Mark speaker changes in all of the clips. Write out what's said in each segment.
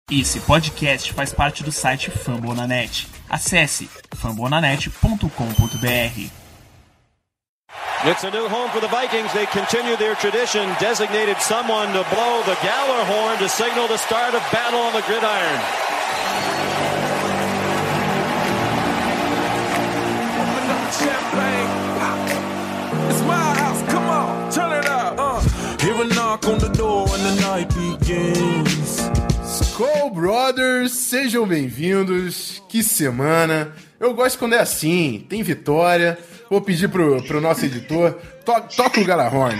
Speaker 1: Esse podcast faz parte do site Fambonanet. Acesse fambonanet.com.br.
Speaker 2: It's a new home for the Vikings. They continue their tradition, designated someone to blow the Galler horn to signal the start of battle on the gridiron.
Speaker 3: Open up the champagne. It's my house, come on, turn it up. Hear a knock on the door and the night begins.
Speaker 4: Skol Brothers, sejam bem-vindos. Que semana. Eu gosto quando é assim, tem vitória. Vou pedir pro nosso editor, toca o Galahorn.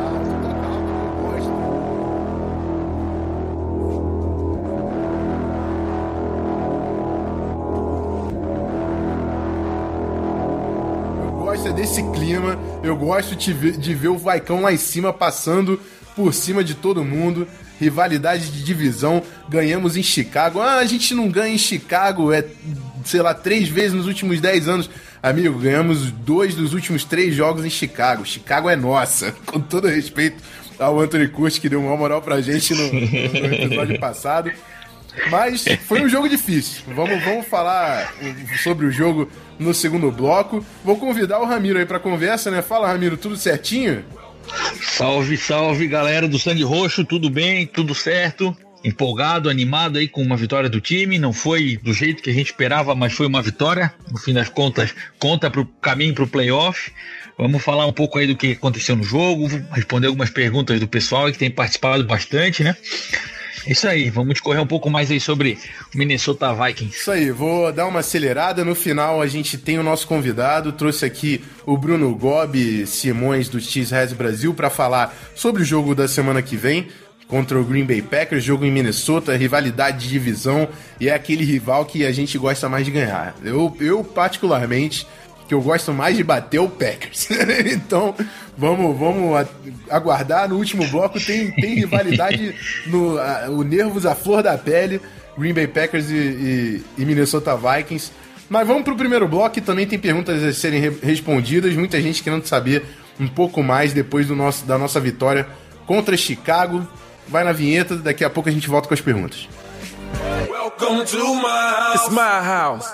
Speaker 4: Eu gosto desse clima, eu gosto de ver o Vaicão lá em cima, passando por cima de todo mundo. Rivalidade de divisão, ganhamos em Chicago. A gente não ganha em Chicago, 3 vezes nos últimos 10 anos. Amigo, ganhamos 2 dos últimos 3 jogos em Chicago. Chicago é nossa, com todo respeito ao Anthony Curtis, que deu uma moral pra gente no episódio passado. Mas foi um jogo difícil. Vamos falar sobre o jogo no segundo bloco. Vou convidar o Ramiro aí pra conversa, né? Fala, Ramiro, tudo certinho?
Speaker 5: Salve, salve, galera do Sangue Roxo, tudo bem, tudo certo? Empolgado, animado aí com uma vitória do time. Não foi do jeito que a gente esperava, mas foi uma vitória. No fim das contas, conta pro caminho pro playoff. Vamos falar um pouco aí do que aconteceu no jogo, responder algumas perguntas do pessoal que tem participado bastante, né? Isso aí, vamos discorrer um pouco mais aí sobre o Minnesota Vikings.
Speaker 4: Isso aí, vou dar uma acelerada. No final a gente tem o nosso convidado, trouxe aqui o Bruno Gobi Simões do Cheeseheads Brasil para falar sobre o jogo da semana que vem contra o Green Bay Packers, jogo em Minnesota, rivalidade de divisão, e é aquele rival que a gente gosta mais de ganhar. Eu particularmente, que eu gosto mais de bater o Packers. Então, vamos aguardar. No último bloco tem rivalidade, o nervos à flor da pele, Green Bay Packers e Minnesota Vikings. Mas vamos pro primeiro bloco, que também tem perguntas a serem respondidas, muita gente querendo saber um pouco mais depois da nossa vitória contra Chicago. Vai na vinheta, daqui a pouco a gente volta com as perguntas.
Speaker 3: Welcome to my house. It's my house.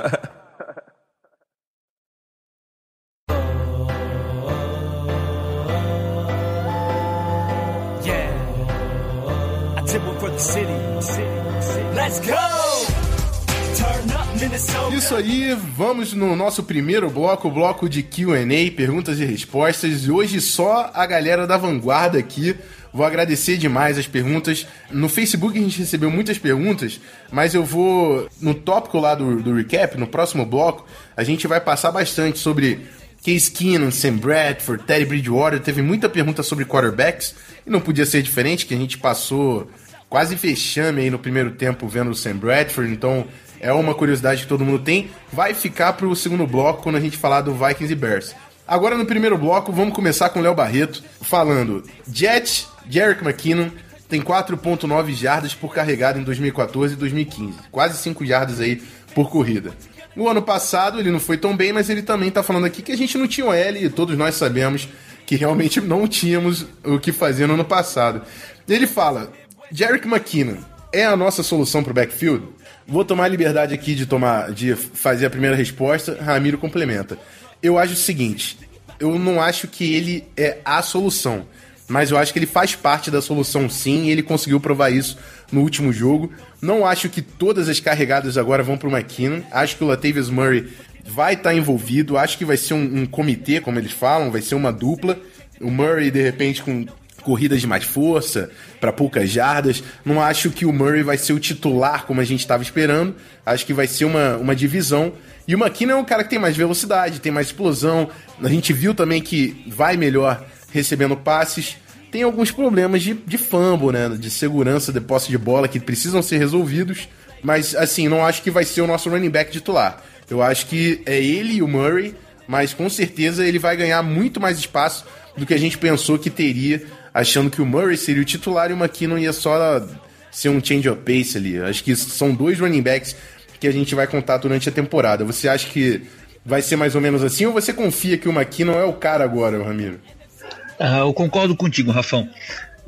Speaker 1: Let's go!
Speaker 4: Isso aí, vamos no nosso primeiro bloco, o bloco de Q&A, perguntas e respostas. E hoje só a galera da vanguarda aqui. Vou agradecer demais as perguntas. No Facebook a gente recebeu muitas perguntas, mas eu vou, no tópico lá do recap, no próximo bloco, a gente vai passar bastante sobre Case Keenum, Sam Bradford, Teddy Bridgewater. Teve muita pergunta sobre quarterbacks e não podia ser diferente, que a gente passou quase vexame aí no primeiro tempo vendo o Sam Bradford, então é uma curiosidade que todo mundo tem. Vai ficar pro segundo bloco quando a gente falar do Vikings e Bears. Agora no primeiro bloco vamos começar com o Léo Barreto falando Jets, Jerick McKinnon tem 4.9 jardas por carregado em 2014 e 2015, quase 5 jardas aí por corrida. No ano passado ele não foi tão bem, mas ele também tá falando aqui que a gente não tinha OL e todos nós sabemos que realmente não tínhamos o que fazer no ano passado. Ele fala, Jerick McKinnon é a nossa solução pro backfield? Vou tomar a liberdade aqui de fazer a primeira resposta, Ramiro complementa. Eu acho o seguinte, eu não acho que ele é a solução, mas eu acho que ele faz parte da solução sim, e ele conseguiu provar isso no último jogo. Não acho que todas as carregadas agora vão pro McKinnon, acho que o Latavius Murray vai estar envolvido, acho que vai ser um comitê, como eles falam, vai ser uma dupla. O Murray, de repente, com corridas de mais força, para poucas jardas. Não acho que o Murray vai ser o titular como a gente estava esperando. Acho que vai ser uma divisão. E o McKinnon é um cara que tem mais velocidade, tem mais explosão. A gente viu também que vai melhor recebendo passes. Tem alguns problemas de fumble, né? De segurança, de posse de bola que precisam ser resolvidos. Mas, assim, não acho que vai ser o nosso running back titular. Eu acho que é ele e o Murray, mas com certeza ele vai ganhar muito mais espaço do que a gente pensou que teria, achando que o Murray seria o titular e o McKinnon ia só ser um change of pace ali. Acho que são 2 running backs que a gente vai contar durante a temporada. Você acha que vai ser mais ou menos assim, ou você confia que o McKinnon é o cara agora, Ramiro?
Speaker 5: Eu concordo contigo, Rafão.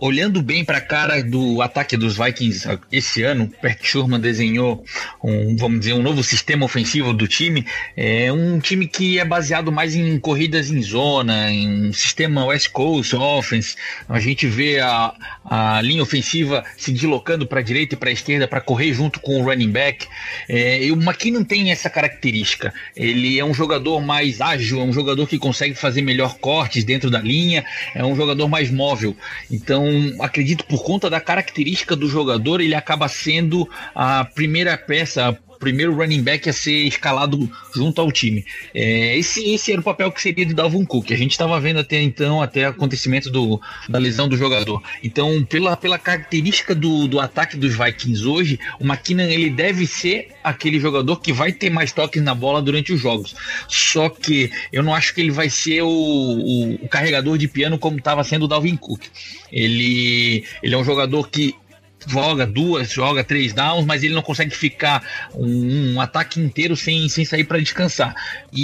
Speaker 5: olhando bem para a cara do ataque dos Vikings esse ano, Pat Shurmur desenhou um novo sistema ofensivo do time. É um time que é baseado mais em corridas em zona, em um sistema West Coast Offense. A gente vê a linha ofensiva se deslocando para a direita e para a esquerda para correr junto com o running back. E o McKinnon tem essa característica. Ele é um jogador mais ágil, é um jogador que consegue fazer melhor cortes dentro da linha, é um jogador mais móvel. Então, acredito, por conta da característica do jogador, ele acaba sendo a primeira peça, o primeiro running back a ser escalado junto ao time. Esse era o papel que seria de Dalvin Cook. A gente estava vendo até o acontecimento da lesão do jogador. Então, pela característica do ataque dos Vikings hoje, o McKinnon ele deve ser aquele jogador que vai ter mais toques na bola durante os jogos. Só que eu não acho que ele vai ser o carregador de piano como estava sendo o Dalvin Cook. Ele é um jogador que joga 3 downs, mas ele não consegue ficar um ataque inteiro sem sair para descansar.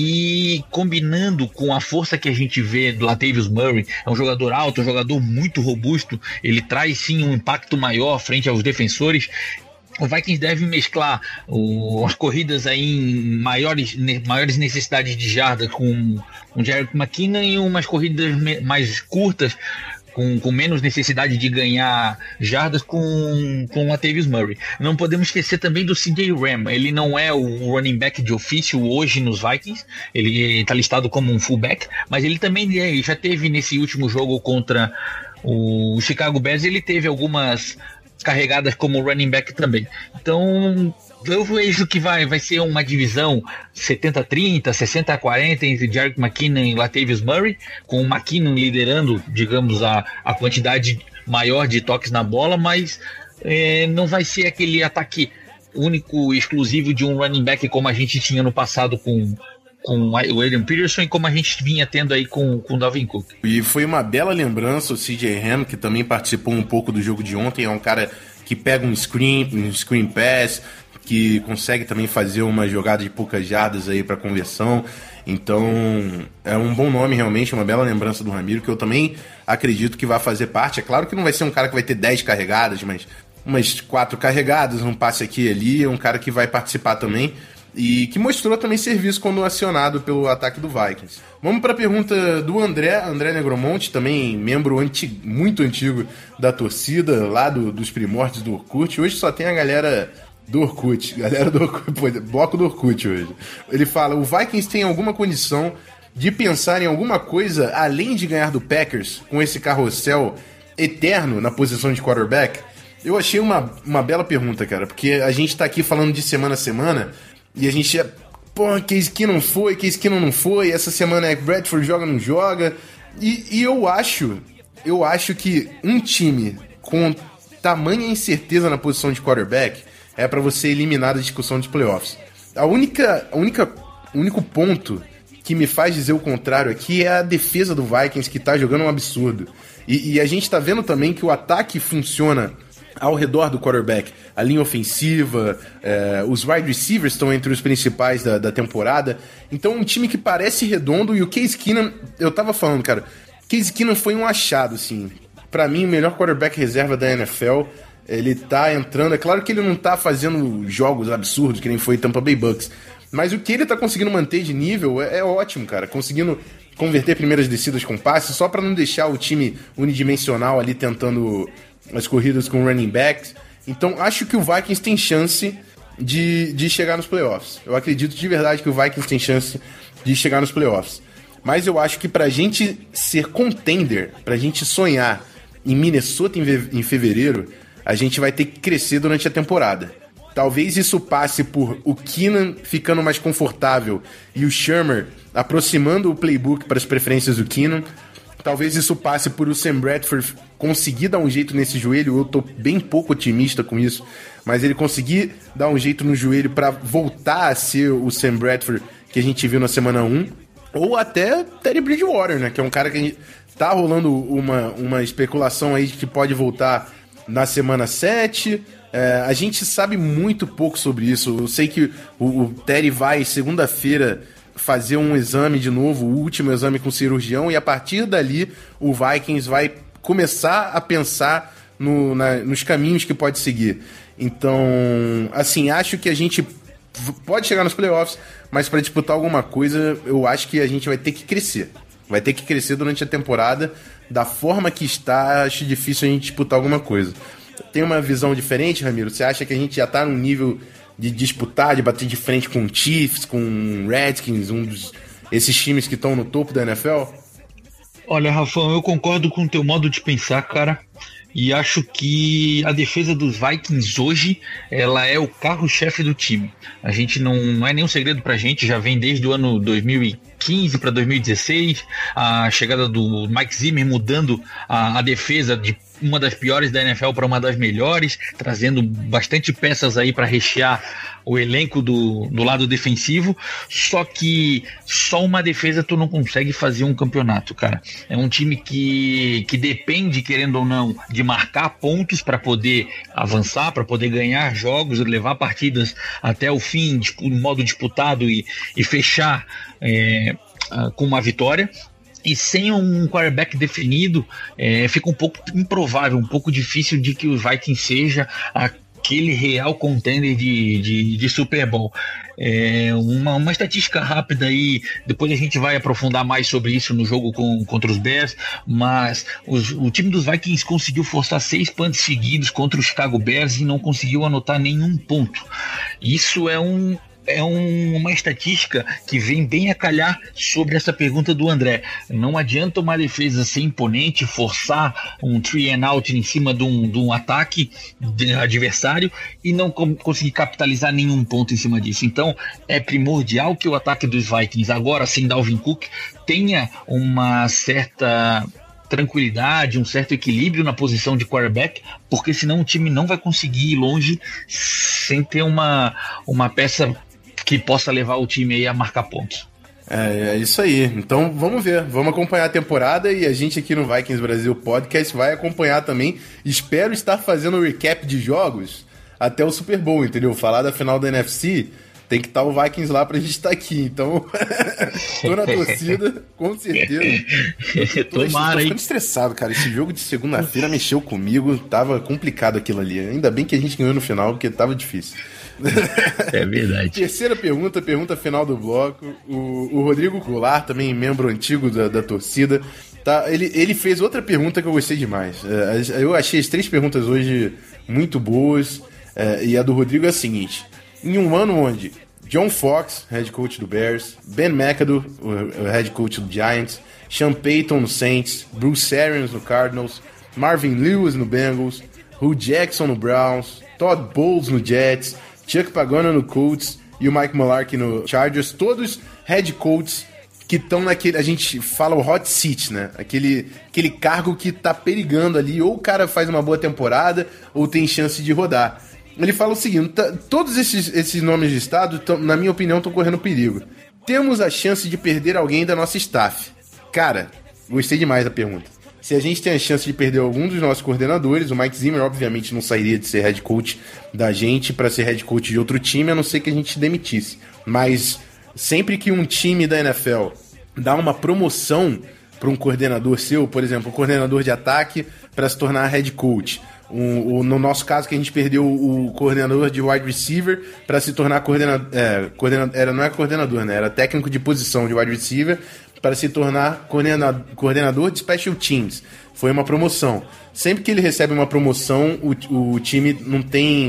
Speaker 5: E combinando com a força que a gente vê do Latavius Murray, é um jogador alto, um jogador muito robusto, ele traz sim um impacto maior frente aos defensores. O Vikings deve mesclar as corridas aí em maiores necessidades de jardas com o Jerick McKinnon e umas corridas mais curtas, com menos necessidade de ganhar jardas com o Latavius Murray. Não podemos esquecer também do CJ Ram. Ele não é o running back de ofício hoje nos Vikings, ele está listado como um fullback, mas ele também já teve nesse último jogo contra o Chicago Bears, ele teve algumas carregadas como running back também. Então eu vejo que vai ser uma divisão 70-30, 60-40 entre Jerick McKinnon e Latavius Murray, com o McKinnon liderando, digamos, a quantidade maior de toques na bola, mas não vai ser aquele ataque único e exclusivo de um running back como a gente tinha no passado com o Adrian Peterson e como a gente vinha tendo aí com o Dalvin Cook.
Speaker 4: E foi uma bela lembrança o CJ Ham, que também participou um pouco do jogo de ontem. É um cara que pega um screen pass, que consegue também fazer uma jogada de poucas jardas aí para conversão. Então é um bom nome realmente, uma bela lembrança do Ramiro, que eu também acredito que vai fazer parte. É claro que não vai ser um cara que vai ter 10 carregadas, mas umas 4 carregadas, um passe aqui e ali. É um cara que vai participar também e que mostrou também serviço quando acionado pelo ataque do Vikings. Vamos para a pergunta do André Negromonte, também membro muito antigo da torcida, lá dos primórdios do Orkut. Hoje só tem a galera do Orkut, bloco do Orkut hoje. Ele fala: o Vikings tem alguma condição de pensar em alguma coisa além de ganhar do Packers com esse carrossel eterno na posição de quarterback? Eu achei uma bela pergunta, cara, porque a gente tá aqui falando de semana a semana e a gente Case Keenum foi, Case Keenum não foi, essa semana é Bradford joga ou não joga, e eu acho que um time com tamanha incerteza na posição de quarterback é para você eliminar a discussão de playoffs. O único ponto que me faz dizer o contrário aqui é a defesa do Vikings, que tá jogando um absurdo. E a gente tá vendo também que o ataque funciona ao redor do quarterback. A linha ofensiva, os wide receivers estão entre os principais da temporada. Então um time que parece redondo, e o Case Keenum, eu tava falando, cara, Case Keenum foi um achado, assim. Pra mim, o melhor quarterback reserva da NFL. Ele tá entrando, é claro que ele não tá fazendo jogos absurdos, que nem foi Tampa Bay Bucks, mas o que ele tá conseguindo manter de nível é ótimo, cara. Conseguindo converter primeiras descidas com passe, só pra não deixar o time unidimensional ali tentando as corridas com running backs. Então acho que o Vikings tem chance de chegar nos playoffs. Eu acredito de verdade que o Vikings tem chance de chegar nos playoffs. Mas eu acho que pra gente ser contender, pra gente sonhar em Minnesota em fevereiro, a gente vai ter que crescer durante a temporada. Talvez isso passe por o Keenan ficando mais confortável e o Shurmur aproximando o playbook para as preferências do Keenan. Talvez isso passe por o Sam Bradford conseguir dar um jeito nesse joelho. Eu tô bem pouco otimista com isso, mas ele conseguir dar um jeito no joelho para voltar a ser o Sam Bradford que a gente viu na semana 1. Ou até Teddy Bridgewater, né? Que é um cara que a gente tá rolando uma especulação aí de que pode voltar na semana 7. A gente sabe muito pouco sobre isso. Eu sei que o Terry vai segunda-feira fazer um exame de novo, o último exame com o cirurgião, e a partir dali o Vikings vai começar a pensar nos caminhos que pode seguir. Então, assim, acho que a gente pode chegar nos playoffs, mas para disputar alguma coisa, eu acho que a gente vai ter que crescer. Vai ter que crescer durante a temporada. Da forma que está, acho difícil a gente disputar alguma coisa. Tem uma visão diferente, Ramiro? Você acha que a gente já tá num nível de disputar, de bater de frente com o Chiefs, com o Redskins, esses times que estão no topo da NFL?
Speaker 5: Olha, Rafão, eu concordo com o teu modo de pensar, cara. E acho que a defesa dos Vikings hoje, ela é o carro-chefe do time. A gente não é nenhum segredo pra gente, já vem desde o ano 2015 para 2016, a chegada do Mike Zimmer mudando a defesa de uma das piores da NFL para uma das melhores, trazendo bastante peças aí para rechear o elenco do lado defensivo. Só que só uma defesa tu não consegue fazer um campeonato, cara. É um time que depende, querendo ou não, de marcar pontos para poder avançar, para poder ganhar jogos, levar partidas até o fim, no modo disputado e fechar com uma vitória. E sem um quarterback definido, fica um pouco improvável, um pouco difícil de que o Vikings seja aquele real contender de Super Bowl. Uma estatística rápida aí, depois a gente vai aprofundar mais sobre isso no jogo contra os Bears, mas o time dos Vikings conseguiu forçar 6 punts seguidos contra o Chicago Bears e não conseguiu anotar nenhum ponto. Isso é uma estatística que vem bem a calhar sobre essa pergunta do André. Não adianta uma defesa ser imponente, forçar um 3 and out em cima de um ataque adversário e não conseguir capitalizar nenhum ponto em cima disso. Então é primordial que o ataque dos Vikings, agora sem Dalvin Cook, tenha uma certa tranquilidade, um certo equilíbrio na posição de quarterback, porque senão o time não vai conseguir ir longe sem ter uma peça que possa levar o time aí a marcar pontos.
Speaker 4: É isso aí. Então vamos ver, vamos acompanhar a temporada e a gente aqui no Vikings Brasil Podcast vai acompanhar também. Espero estar fazendo um recap de jogos até o Super Bowl, entendeu? Falar da final da NFC, tem que estar o Vikings lá pra gente estar aqui. Então, tô na torcida, com certeza. Tô ficando estressado, cara. Esse jogo de segunda-feira mexeu comigo, tava complicado aquilo ali. Ainda bem que a gente ganhou no final, porque tava difícil.
Speaker 5: É verdade.
Speaker 4: Terceira pergunta final do bloco. O Rodrigo Goulart, também membro antigo da torcida, tá, ele fez outra pergunta que eu gostei demais. Eu achei as 3 perguntas hoje muito boas. E a do Rodrigo é a seguinte: em um ano onde John Fox, head coach do Bears, Ben McAdoo, o head coach do Giants, Sean Payton no Saints, Bruce Arians no Cardinals, Marvin Lewis no Bengals, Hugh Jackson no Browns, Todd Bowles no Jets, Chuck Pagano no Colts e o Mike Mularkey no Chargers, todos head coaches que estão naquele, a gente fala o hot seat, né? Aquele cargo que tá perigando ali, ou o cara faz uma boa temporada, ou tem chance de rodar. Ele fala o seguinte: todos esses nomes de estado, na minha opinião, estão correndo perigo. Temos a chance de perder alguém da nossa staff. Cara, gostei demais da pergunta. Se a gente tem a chance de perder algum dos nossos coordenadores, o Mike Zimmer obviamente não sairia de ser head coach da gente para ser head coach de outro time, a não ser que a gente demitisse. Mas sempre que um time da NFL dá uma promoção para um coordenador seu, por exemplo, um coordenador de ataque para se tornar head coach, no nosso caso que a gente perdeu o coordenador de wide receiver para se tornar coordenador, não é coordenador, né? Era técnico de posição de wide receiver para se tornar coordenador de special teams. Foi uma promoção. Sempre que ele recebe uma promoção, o time não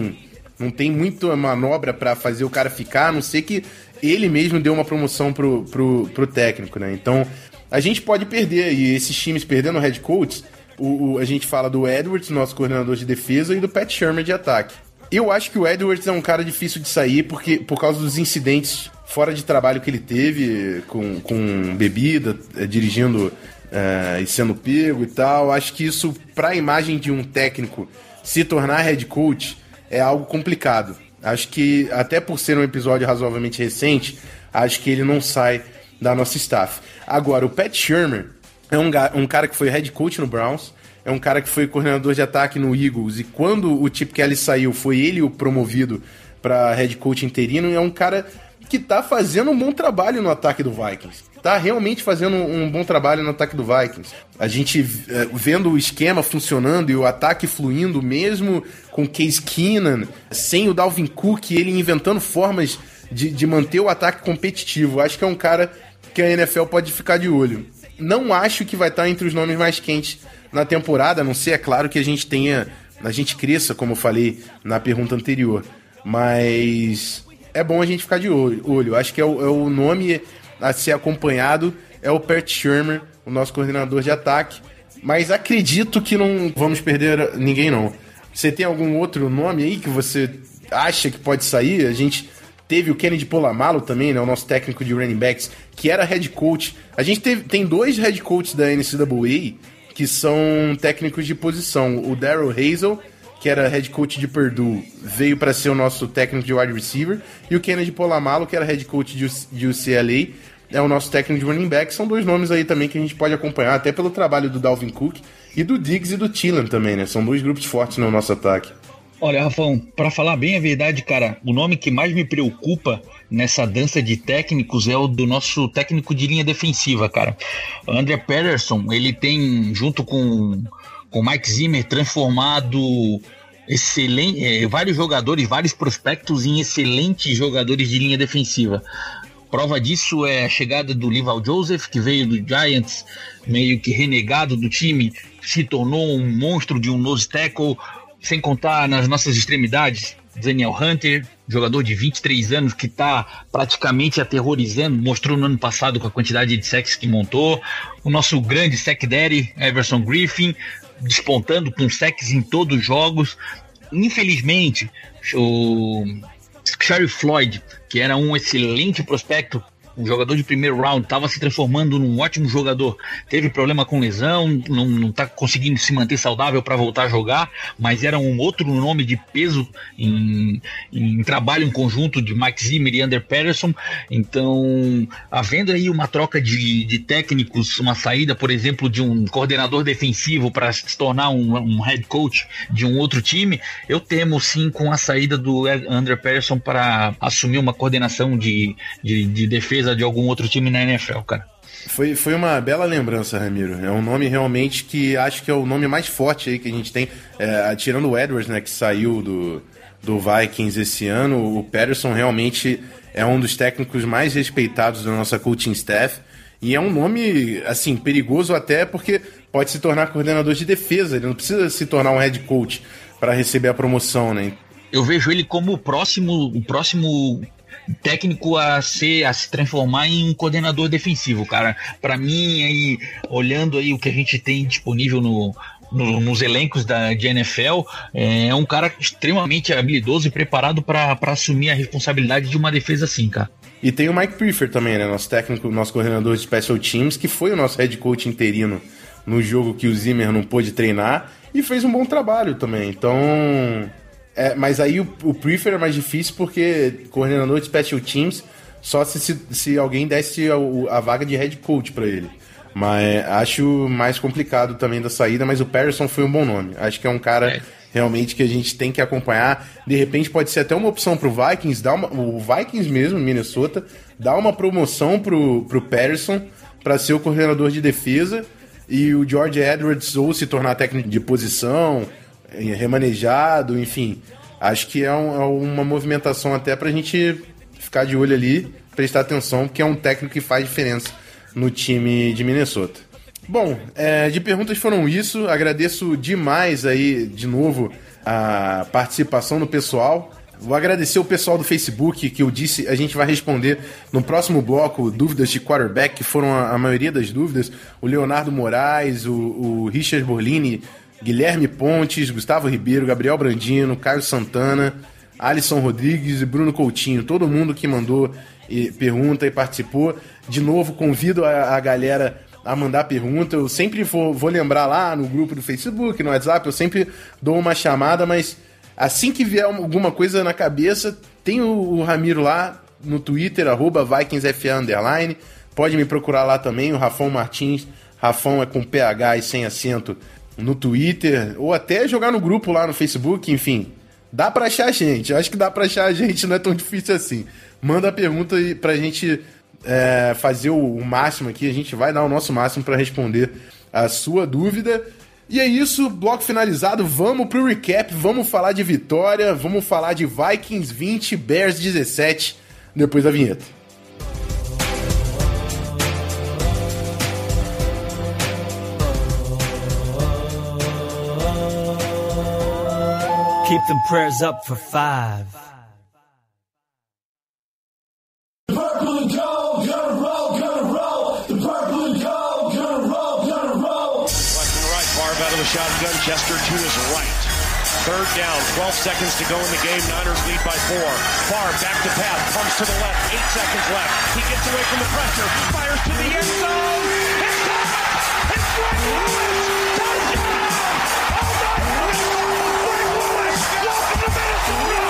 Speaker 4: tem muita manobra para fazer o cara ficar, a não ser que ele mesmo deu uma promoção pro técnico, né? Então a gente pode perder, e esses times perdendo o head coach, a gente fala do Edwards, nosso coordenador de defesa, e do Pat Shurmur de ataque. Eu acho que o Edwards é um cara difícil de sair por causa dos incidentes fora de trabalho que ele teve com bebida, dirigindo e sendo pego e tal. Acho que isso, para a imagem de um técnico se tornar head coach, é algo complicado. Acho que, até por ser um episódio razoavelmente recente, acho que ele não sai da nossa staff. Agora, o Pat Shurmur é um cara que foi head coach no Browns, é um cara que foi coordenador de ataque no Eagles, e quando o Chip Kelly saiu, foi ele o promovido para head coach interino, e é um cara que tá fazendo um bom trabalho no ataque do Vikings. Tá realmente fazendo um bom trabalho no ataque do Vikings. A gente vendo o esquema funcionando e o ataque fluindo, mesmo com Case Keenum, sem o Dalvin Cook, ele inventando formas de manter o ataque competitivo. Acho que é um cara que a NFL pode ficar de olho. Não acho que vai estar entre os nomes mais quentes na temporada, a não ser, é claro, que a gente cresça, como eu falei na pergunta anterior. Mas é bom a gente ficar de olho. Acho que é o nome a ser acompanhado, é o Pat Shurmur, o nosso coordenador de ataque. Mas acredito que não vamos perder ninguém, não. Você tem algum outro nome aí que você acha que pode sair? A gente teve o Kennedy Polamalu também, né, o nosso técnico de running backs, que era head coach. A gente tem 2 head coaches da NCAA que são técnicos de posição. O Darrell Hazel, que era head coach de Purdue, veio para ser o nosso técnico de wide receiver. E o Kennedy Polamalu, que era head coach de UCLA, é o nosso técnico de running back. São 2 nomes aí também que a gente pode acompanhar, até pelo trabalho do Dalvin Cook e do Diggs e do Thielen também, né? São 2 grupos fortes no nosso ataque.
Speaker 5: Olha, Rafão, pra falar bem a verdade, cara, o nome que mais me preocupa nessa dança de técnicos é o do nosso técnico de linha defensiva, cara. O Andre Patterson, ele tem, junto com o Mike Zimmer, transformado vários jogadores, vários prospectos em excelentes jogadores de linha defensiva. Prova disso é a chegada do Linval Joseph, que veio do Giants, meio que renegado do time, se tornou um monstro de um nose tackle. Sem contar nas nossas extremidades, Daniel Hunter, jogador de 23 anos que está praticamente aterrorizando, mostrou no ano passado com a quantidade de sacks que montou. O nosso grande sack daddy, Everson Griffin, despontando com sacks em todos os jogos. Infelizmente, o Sharif Floyd, que era um excelente prospecto, um jogador de primeiro round, estava se transformando num ótimo jogador, teve problema com lesão, não está conseguindo se manter saudável para voltar a jogar, mas era um outro nome de peso em trabalho em conjunto de Mike Zimmer e Andre Patterson. Então, havendo aí uma troca de técnicos, uma saída, por exemplo, de um coordenador defensivo para se tornar um head coach de um outro time, eu temo sim com a saída do Andre Patterson para assumir uma coordenação de defesa de algum outro time na NFL, cara.
Speaker 4: Foi uma bela lembrança, Ramiro. É um nome realmente que acho que é o nome mais forte aí que a gente tem, tirando o Edwards, né, que saiu do Vikings esse ano. O Patterson realmente é um dos técnicos mais respeitados da nossa coaching staff, e é um nome, assim, perigoso até porque pode se tornar coordenador de defesa. Ele não precisa se tornar um head coach para receber a promoção, né?
Speaker 5: Eu vejo ele como o próximo técnico a se transformar em um coordenador defensivo, cara. Para mim, aí, olhando aí o que a gente tem disponível nos elencos de NFL, é um cara extremamente habilidoso e preparado para assumir a responsabilidade de uma defesa assim, cara.
Speaker 4: E tem o Mike Prefer também, né? Nosso técnico, nosso coordenador de special teams, que foi o nosso head coach interino no jogo que o Zimmer não pôde treinar e fez um bom trabalho também. Então, mas aí o Prefer é mais difícil porque coordenador de special teams só se alguém desse a vaga de head coach para ele. Mas acho mais complicado também da saída, mas o Patterson foi um bom nome. Acho que é um cara realmente que a gente tem que acompanhar. De repente pode ser até uma opção pro Vikings, o Vikings mesmo, Minnesota, dar uma promoção pro Patterson para ser o coordenador de defesa e o George Edwards ou se tornar técnico de posição, remanejado, enfim. Acho que é uma movimentação até pra gente ficar de olho ali, prestar atenção, porque é um técnico que faz diferença no time de Minnesota. Bom, de perguntas foram isso. Agradeço demais aí, de novo, a participação do pessoal. Vou agradecer o pessoal do Facebook, que eu disse, a gente vai responder no próximo bloco dúvidas de quarterback, que foram a maioria das dúvidas. O Leonardo Moraes, o Richard Borlini, Guilherme Pontes, Gustavo Ribeiro, Gabriel Brandino, Caio Santana, Alisson Rodrigues e Bruno Coutinho. Todo mundo que mandou pergunta e participou. De novo, convido a galera a mandar pergunta. Eu sempre vou lembrar lá no grupo do Facebook, no WhatsApp, eu sempre dou uma chamada, mas assim que vier alguma coisa na cabeça, tem o Ramiro lá no Twitter, @VikingsFA_. Pode me procurar lá também, o Rafão Martins, Rafão é com PH e sem acento, no Twitter, ou até jogar no grupo lá no Facebook, enfim. Dá pra achar a gente. Eu acho que dá pra achar a gente, não é tão difícil assim. Manda a pergunta aí pra gente fazer o máximo aqui. A gente vai dar o nosso máximo pra responder a sua dúvida. E é isso, bloco finalizado. Vamos pro recap, vamos falar de vitória, vamos falar de Vikings 20, Bears 17, depois da vinheta.
Speaker 6: Keep them prayers up for 5.
Speaker 3: The purple and gold, gonna roll, gonna roll. The purple and gold, gonna roll, gonna roll.
Speaker 2: Left and right, Favre out of the shotgun, Chester to his right. Third down, 12 seconds to go in the game, Niners lead by 4. Favre back to pass, comes to the left, 8 seconds left. He gets away from the pressure, fires to the end zone. It's caught! It's Greg Lewis! Touchdown! Oh my God! Greg Lewis! Welcome to Minnesota!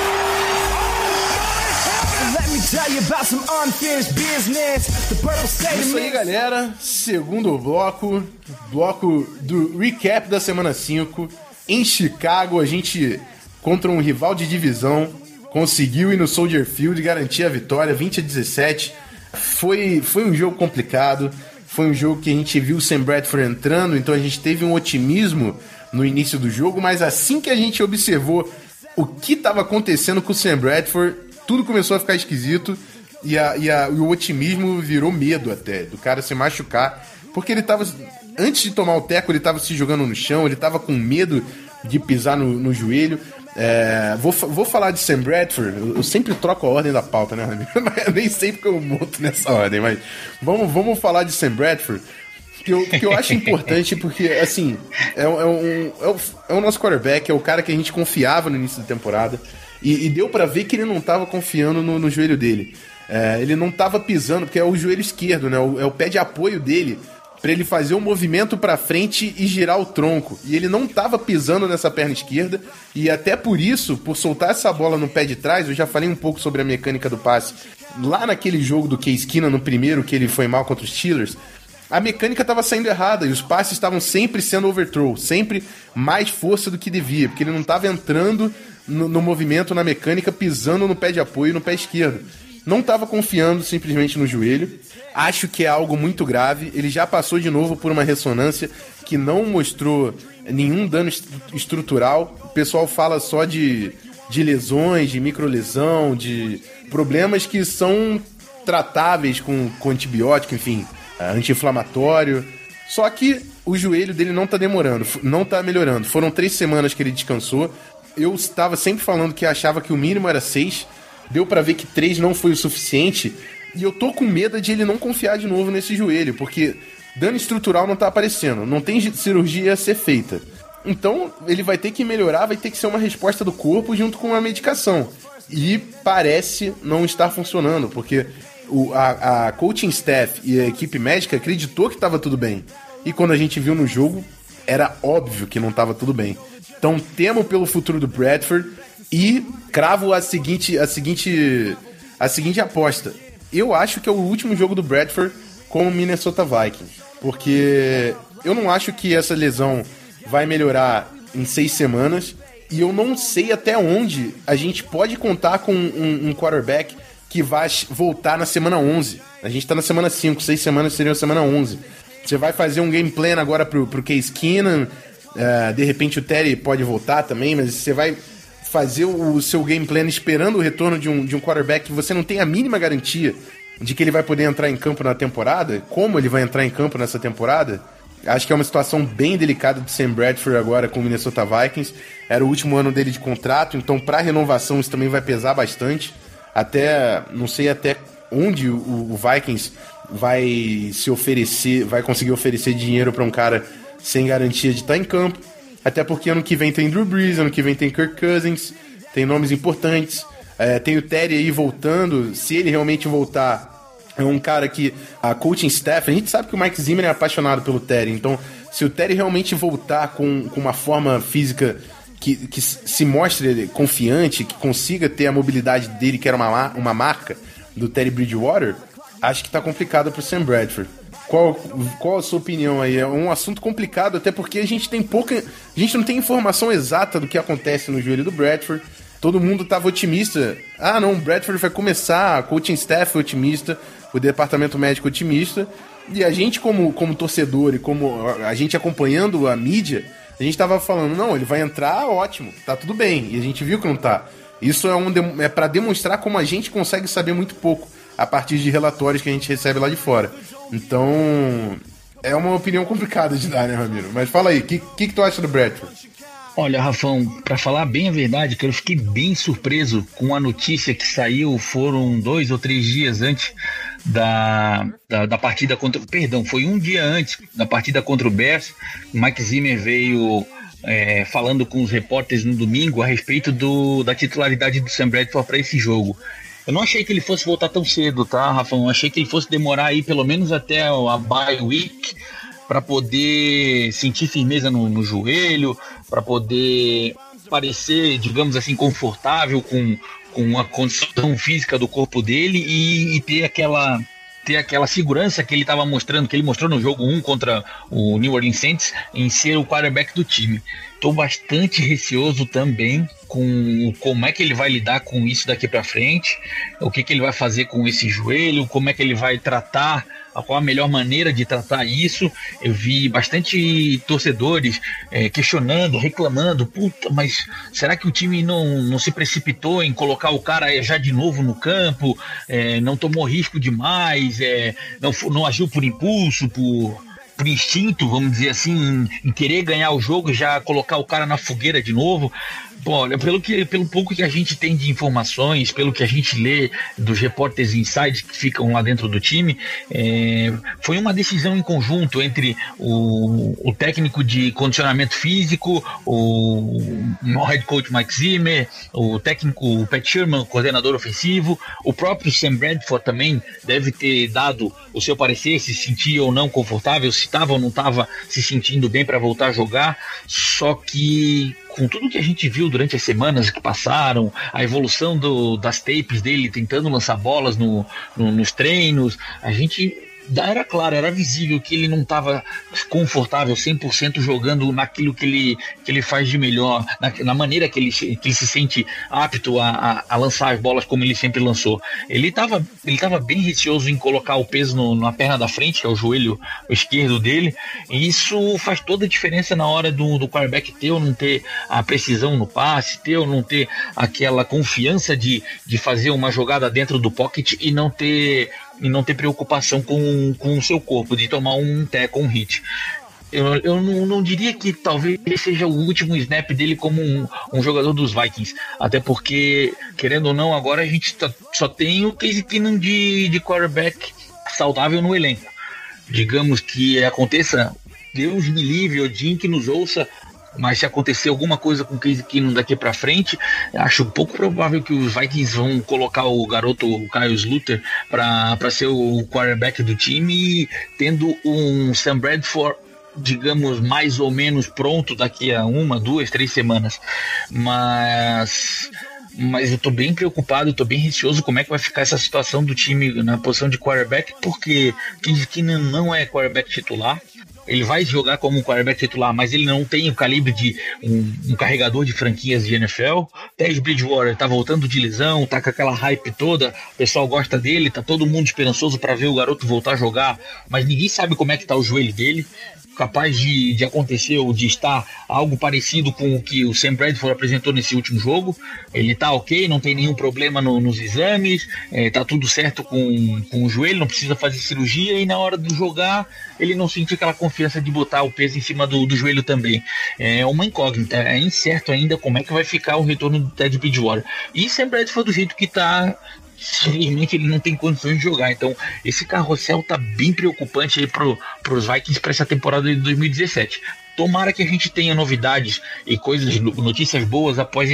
Speaker 6: Let me tell you about some unfinished business. The purple state
Speaker 4: Isso aí, galera. Segundo bloco do recap da semana 5. Em Chicago, a gente, contra um rival de divisão, conseguiu ir no Soldier Field e garantir a vitória, 20-17. Foi um jogo complicado, foi um jogo que a gente viu o Sam Bradford entrando, então a gente teve um otimismo no início do jogo, mas assim que a gente observou o que estava acontecendo com o Sam Bradford, tudo começou a ficar esquisito e o otimismo virou medo até, do cara se machucar, porque ele estava... Antes de tomar o teco, ele estava se jogando no chão, ele estava com medo de pisar no joelho. Vou falar de Sam Bradford. Eu sempre troco a ordem da pauta, né, amigo? Eu nem sei porque eu monto nessa ordem, mas vamos falar de Sam Bradford, que eu acho importante, porque, assim, é o nosso quarterback, é o cara que a gente confiava no início da temporada, e deu pra ver que ele não estava confiando no joelho dele. Ele não estava pisando, porque é o joelho esquerdo, né? É o pé de apoio dele, para ele fazer um movimento para frente e girar o tronco. E ele não estava pisando nessa perna esquerda, e até por isso, por soltar essa bola no pé de trás, eu já falei um pouco sobre a mecânica do passe. Lá naquele jogo do Case Keenum, no primeiro, que ele foi mal contra os Steelers, a mecânica estava saindo errada, e os passes estavam sempre sendo overthrow, sempre mais força do que devia, porque ele não estava entrando no movimento, na mecânica, pisando no pé de apoio, no pé esquerdo. Não estava confiando simplesmente no joelho. Acho que é algo muito grave. Ele já passou de novo por uma ressonância que não mostrou nenhum dano estrutural. O pessoal fala só de lesões, de microlesão, de problemas que são tratáveis com antibiótico, enfim, anti-inflamatório. Só que o joelho dele não tá melhorando. Foram 3 semanas que ele descansou. Eu estava sempre falando que achava que o mínimo era 6. Deu pra ver que 3 não foi o suficiente, e eu tô com medo de ele não confiar de novo nesse joelho, porque dano estrutural não tá aparecendo, não tem cirurgia a ser feita. Então ele vai ter que melhorar, vai ter que ser uma resposta do corpo junto com a medicação. E parece não estar funcionando, porque a coaching staff e a equipe médica acreditou que estava tudo bem. E quando a gente viu no jogo, era óbvio que não estava tudo bem. Então temo pelo futuro do Bradford. E cravo a seguinte aposta. Eu acho que é o último jogo do Bradford com o Minnesota Vikings, porque eu não acho que essa lesão vai melhorar em 6 semanas, e eu não sei até onde a gente pode contar com um quarterback que vai voltar na semana 11. A gente tá na semana 5, 6 semanas seria a semana 11. Você vai fazer um game plan agora pro Case Keenum, de repente o Terry pode voltar também, mas você vai fazer o seu game plan esperando o retorno de um quarterback que você não tem a mínima garantia de que ele vai poder entrar em campo na temporada, como ele vai entrar em campo nessa temporada. Acho que é uma situação bem delicada do Sam Bradford agora com o Minnesota Vikings. Era o último ano dele de contrato, então para renovação isso também vai pesar bastante. Não sei até onde o Vikings vai conseguir oferecer dinheiro para um cara sem garantia de estar em campo. Até porque ano que vem tem Drew Brees, ano que vem tem Kirk Cousins, tem nomes importantes. Tem o Terry aí voltando. Se ele realmente voltar, é um cara que a coaching staff... A gente sabe que o Mike Zimmer é apaixonado pelo Terry. Então, se o Terry realmente voltar com uma forma física que se mostre confiante, que consiga ter a mobilidade dele, que era uma marca do Teddy Bridgewater, acho que tá complicado pro Sam Bradford. Qual a sua opinião aí? É um assunto complicado, até porque a gente não tem informação exata do que acontece no joelho do Bradford. todo mundo tava otimista. Ah, não, o Bradford vai começar, coaching staff otimista, o departamento médico otimista. E a gente, como torcedor e como a gente acompanhando a mídia, a gente tava falando, não, ele vai entrar, ótimo, tá tudo bem. E a gente viu que não tá. Isso é pra demonstrar como a gente consegue saber muito pouco a partir de relatórios que a gente recebe lá de fora. Então, é uma opinião complicada de dar, né, Ramiro? Mas fala aí, o que tu acha do Bradford?
Speaker 5: Olha, Rafão, para falar bem a verdade, que eu fiquei bem surpreso com a notícia que saiu, foram 2 ou 3 dias antes da partida contra... Perdão, foi um dia antes da partida contra o Bears. Mike Zimmer veio falando com os repórteres no domingo a respeito da titularidade do Sam Bradford para esse jogo. Eu não achei que ele fosse voltar tão cedo, tá, Rafão? Eu achei que ele fosse demorar aí pelo menos até a bye week, para poder sentir firmeza no joelho, para poder parecer, digamos assim, confortável com a condição física do corpo dele e ter aquela segurança que ele estava mostrando, que ele mostrou no jogo 1 contra o New Orleans Saints, em ser o quarterback do time. Estou bastante receoso também com como é que ele vai lidar com isso daqui para frente, o que ele vai fazer com esse joelho, como é que ele vai tratar, qual a melhor maneira de tratar isso. Eu vi bastante torcedores questionando, reclamando, puta, mas será que o time não se precipitou em colocar o cara já de novo no campo, não tomou risco demais, não agiu por impulso, por instinto, vamos dizer assim, em querer ganhar o jogo e já colocar o cara na fogueira de novo? Bom, olha, pelo pouco que a gente tem de informações, pelo que a gente lê dos repórteres inside que ficam lá dentro do time, foi uma decisão em conjunto entre o técnico de condicionamento físico, o head coach Mike Zimmer, o técnico Pat Sherman, coordenador ofensivo, o próprio Sam Bradford também deve ter dado o seu parecer, se sentia ou não confortável, se estava ou não estava se sentindo bem para voltar a jogar. Só que com tudo que a gente viu durante as semanas que passaram, a evolução das tapes dele tentando lançar bolas nos treinos, a gente era claro, era visível que ele não estava confortável 100% jogando naquilo que ele faz de melhor, na maneira que ele se sente apto a lançar as bolas como ele sempre lançou. Ele estava bem receoso em colocar o peso na perna da frente, que é o joelho esquerdo dele, e isso faz toda a diferença na hora do quarterback ter ou não ter a precisão no passe, ter ou não ter aquela confiança de fazer uma jogada dentro do pocket e não ter preocupação com o seu corpo, de tomar um tackle, um hit. Eu não diria que talvez seja o último snap dele como um jogador dos Vikings, até porque, querendo ou não, agora a gente só tem o Case Keenum de quarterback saudável no elenco. Digamos que aconteça, Deus me livre, Odin que nos ouça, mas se acontecer alguma coisa com o Case Keenum daqui para frente, acho pouco provável que os Vikings vão colocar o garoto, o Kyle Sluter, para ser o quarterback do time, tendo um Sam Bradford, digamos, mais ou menos pronto daqui a 1, 2, 3 semanas. Mas eu tô bem preocupado, tô bem receoso como é que vai ficar essa situação do time na posição de quarterback, porque Case Keenum não é quarterback titular. Ele vai jogar como um quarterback titular, mas ele não tem o calibre de um carregador de franquias de NFL. Teddy Bridgewater tá voltando de lesão, tá com aquela hype toda, o pessoal gosta dele, tá todo mundo esperançoso para ver o garoto voltar a jogar, mas ninguém sabe como é que tá o joelho dele. Capaz de acontecer ou de estar algo parecido com o que o Sam Bradford apresentou nesse último jogo. Ele tá ok, não tem nenhum problema nos exames, tá tudo certo com o joelho, não precisa fazer cirurgia, e na hora de jogar ele não sentiu aquela confiança de botar o peso em cima do joelho também. É uma incógnita, é incerto ainda como é que vai ficar o retorno do Teddy Bridgewater. E Sam Bradford do jeito que tá, simplesmente ele não tem condições de jogar. Então esse carrossel tá bem preocupante aí pros Vikings para essa temporada de 2017. Tomara que a gente tenha novidades e notícias boas após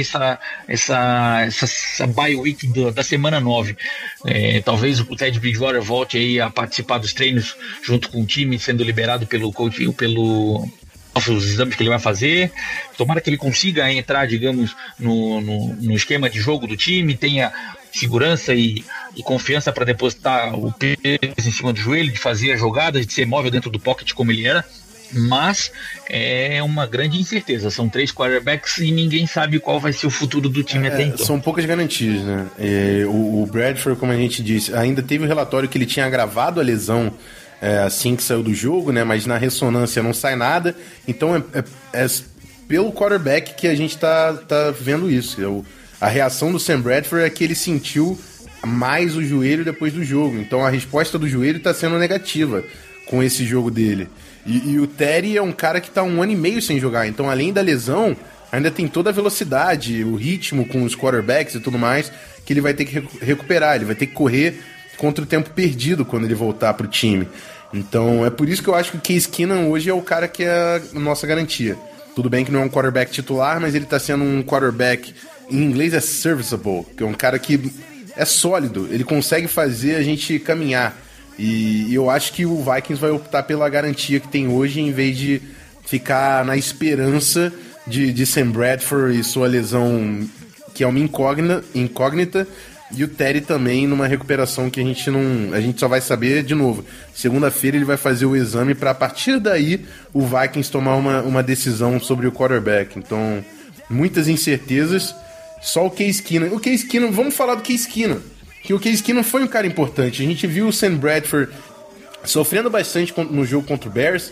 Speaker 5: essa bye week da semana 9. Talvez o Teddy Bridgewater volte aí a participar dos treinos junto com o time, sendo liberado pelo coach, os exames que ele vai fazer. Tomara que ele consiga entrar, digamos, no esquema de jogo do time, tenha segurança e confiança para depositar o peso em cima do joelho, de fazer as jogadas, de ser móvel dentro do pocket como ele era. mas é uma grande incerteza. São 3 quarterbacks e ninguém sabe qual vai ser o futuro do time até então.
Speaker 4: São poucas garantias, né? O Bradford, como a gente disse, ainda teve o relatório que ele tinha agravado a lesão assim que saiu do jogo, né? Mas na ressonância não sai nada. Então é pelo quarterback que a gente tá vendo isso. A reação do Sam Bradford é que ele sentiu mais o joelho depois do jogo. Então a resposta do joelho tá sendo negativa com esse jogo dele. E o Terry é um cara que tá 1 ano e meio sem jogar. Então, além da lesão, ainda tem toda a velocidade, o ritmo com os quarterbacks e tudo mais, que ele vai ter que recuperar. Ele vai ter que correr contra o tempo perdido quando ele voltar pro time. Então, é por isso que eu acho que o Case Keenum hoje é o cara que é a nossa garantia. Tudo bem que não é um quarterback titular, mas ele tá sendo um quarterback, em inglês é serviceable, que é um cara que é sólido. Ele consegue fazer a gente caminhar. E eu acho que o Vikings vai optar pela garantia que tem hoje, em vez de ficar na esperança de Sam Bradford e sua lesão, que é uma incógnita, e o Terry também numa recuperação que a gente só vai saber de novo. Segunda-feira ele vai fazer o exame para, a partir daí, o Vikings tomar uma decisão sobre o quarterback. Então, muitas incertezas. Só o Case Keenum. Vamos falar do Case Keenum. Que o Case Keenum foi um cara importante. A gente viu o Sam Bradford sofrendo bastante no jogo contra o Bears.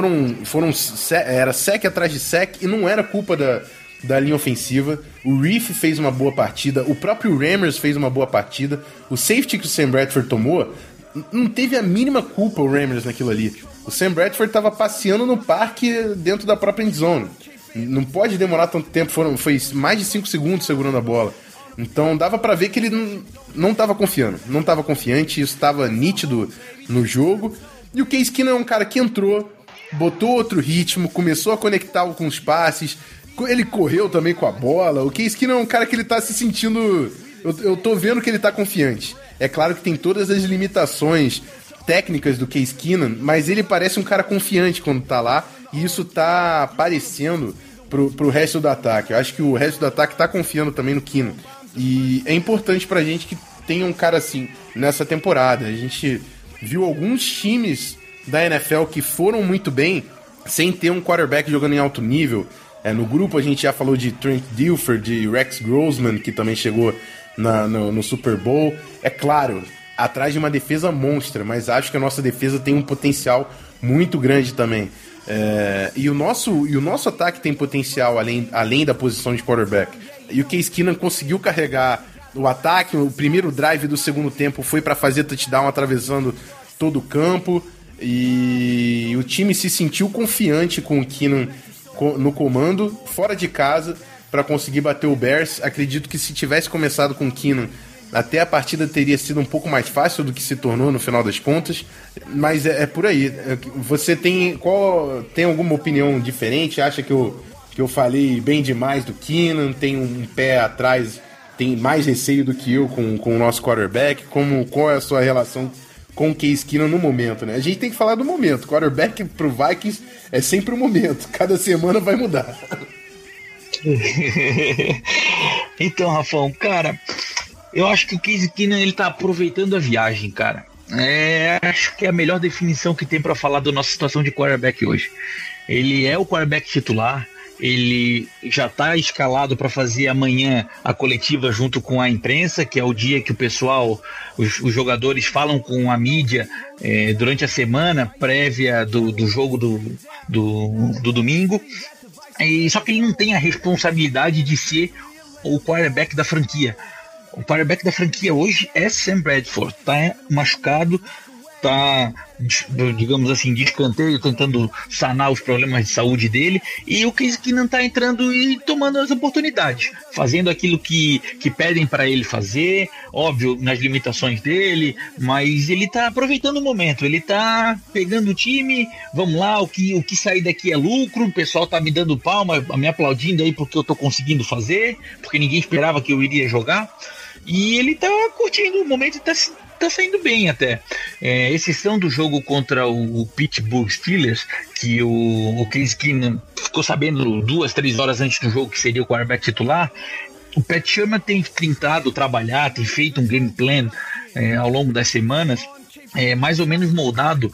Speaker 4: Era sec atrás de sec e não era culpa da linha ofensiva. O Reef fez uma boa partida, o próprio Rammers fez uma boa partida. O safety que o Sam Bradford tomou, não teve a mínima culpa o Rammers naquilo ali. O Sam Bradford estava passeando no parque dentro da própria endzone. Não pode demorar tanto tempo, foi mais de 5 segundos segurando a bola. Então dava pra ver que ele não tava confiando, não tava confiante, isso tava nítido no jogo. E o Case Keenum é um cara que entrou, botou outro ritmo, começou a conectar com os passes, ele correu também com a bola. O Case Keenum é um cara que ele tá se sentindo... Eu tô vendo que ele tá confiante. É claro que tem todas as limitações técnicas do Case Keenum, mas ele parece um cara confiante quando tá lá, e isso tá aparecendo pro resto do ataque. Eu acho que o resto do ataque tá confiando também no Keenum. E é importante pra gente que tenha um cara assim nessa temporada. A gente viu alguns times da NFL que foram muito bem sem ter um quarterback jogando em alto nível. No grupo a gente já falou de Trent Dilfer, de Rex Grossman, que também chegou no Super Bowl. É claro, atrás de uma defesa monstra, mas acho que a nossa defesa tem um potencial muito grande também. E o nosso ataque tem potencial além da posição de quarterback. E o Case Keenum conseguiu carregar o ataque. O primeiro drive do segundo tempo foi para fazer touchdown atravessando todo o campo. E o time se sentiu confiante com o Keenum no comando, fora de casa, para conseguir bater o Bears. Acredito que se tivesse começado com o Keenum, até a partida teria sido um pouco mais fácil do que se tornou no final das contas. Mas é por aí. Você tem alguma opinião diferente? Acha que eu falei bem demais do Keenum, tem um pé atrás, tem mais receio do que eu com o nosso quarterback? Qual é a sua relação com o Case Keenum no momento, né? A gente tem que falar do momento. Quarterback pro Vikings é sempre o momento. Cada semana vai mudar.
Speaker 5: Então, Rafão, cara, eu acho que o Case Keenum, ele tá aproveitando a viagem, cara. Acho que é a melhor definição que tem pra falar da nossa situação de quarterback hoje. Ele é o quarterback titular. Ele já está escalado para fazer amanhã a coletiva junto com a imprensa, que é o dia que o pessoal, os jogadores falam com a mídia durante a semana prévia do jogo do domingo. Só que ele não tem a responsabilidade de ser o quarterback da franquia. O quarterback da franquia hoje é Sam Bradford, tá machucado, tá, digamos assim, de escanteio, tentando sanar os problemas de saúde dele, e o Case Keenum tá entrando e tomando as oportunidades, fazendo aquilo que pedem para ele fazer, óbvio, nas limitações dele, mas ele tá aproveitando o momento, ele tá pegando o time, vamos lá, o que sair daqui é lucro, o pessoal tá me dando palma, me aplaudindo aí porque eu tô conseguindo fazer, porque ninguém esperava que eu iria jogar, e ele tá curtindo o momento e tá saindo bem até. Exceção do jogo contra o Pittsburgh Steelers, que o Case Keenum ficou sabendo 2-3 horas antes do jogo que seria o quarterback titular. O Pat Shurmur tem tentado trabalhar, tem feito um game plan ao longo das semanas, mais ou menos moldado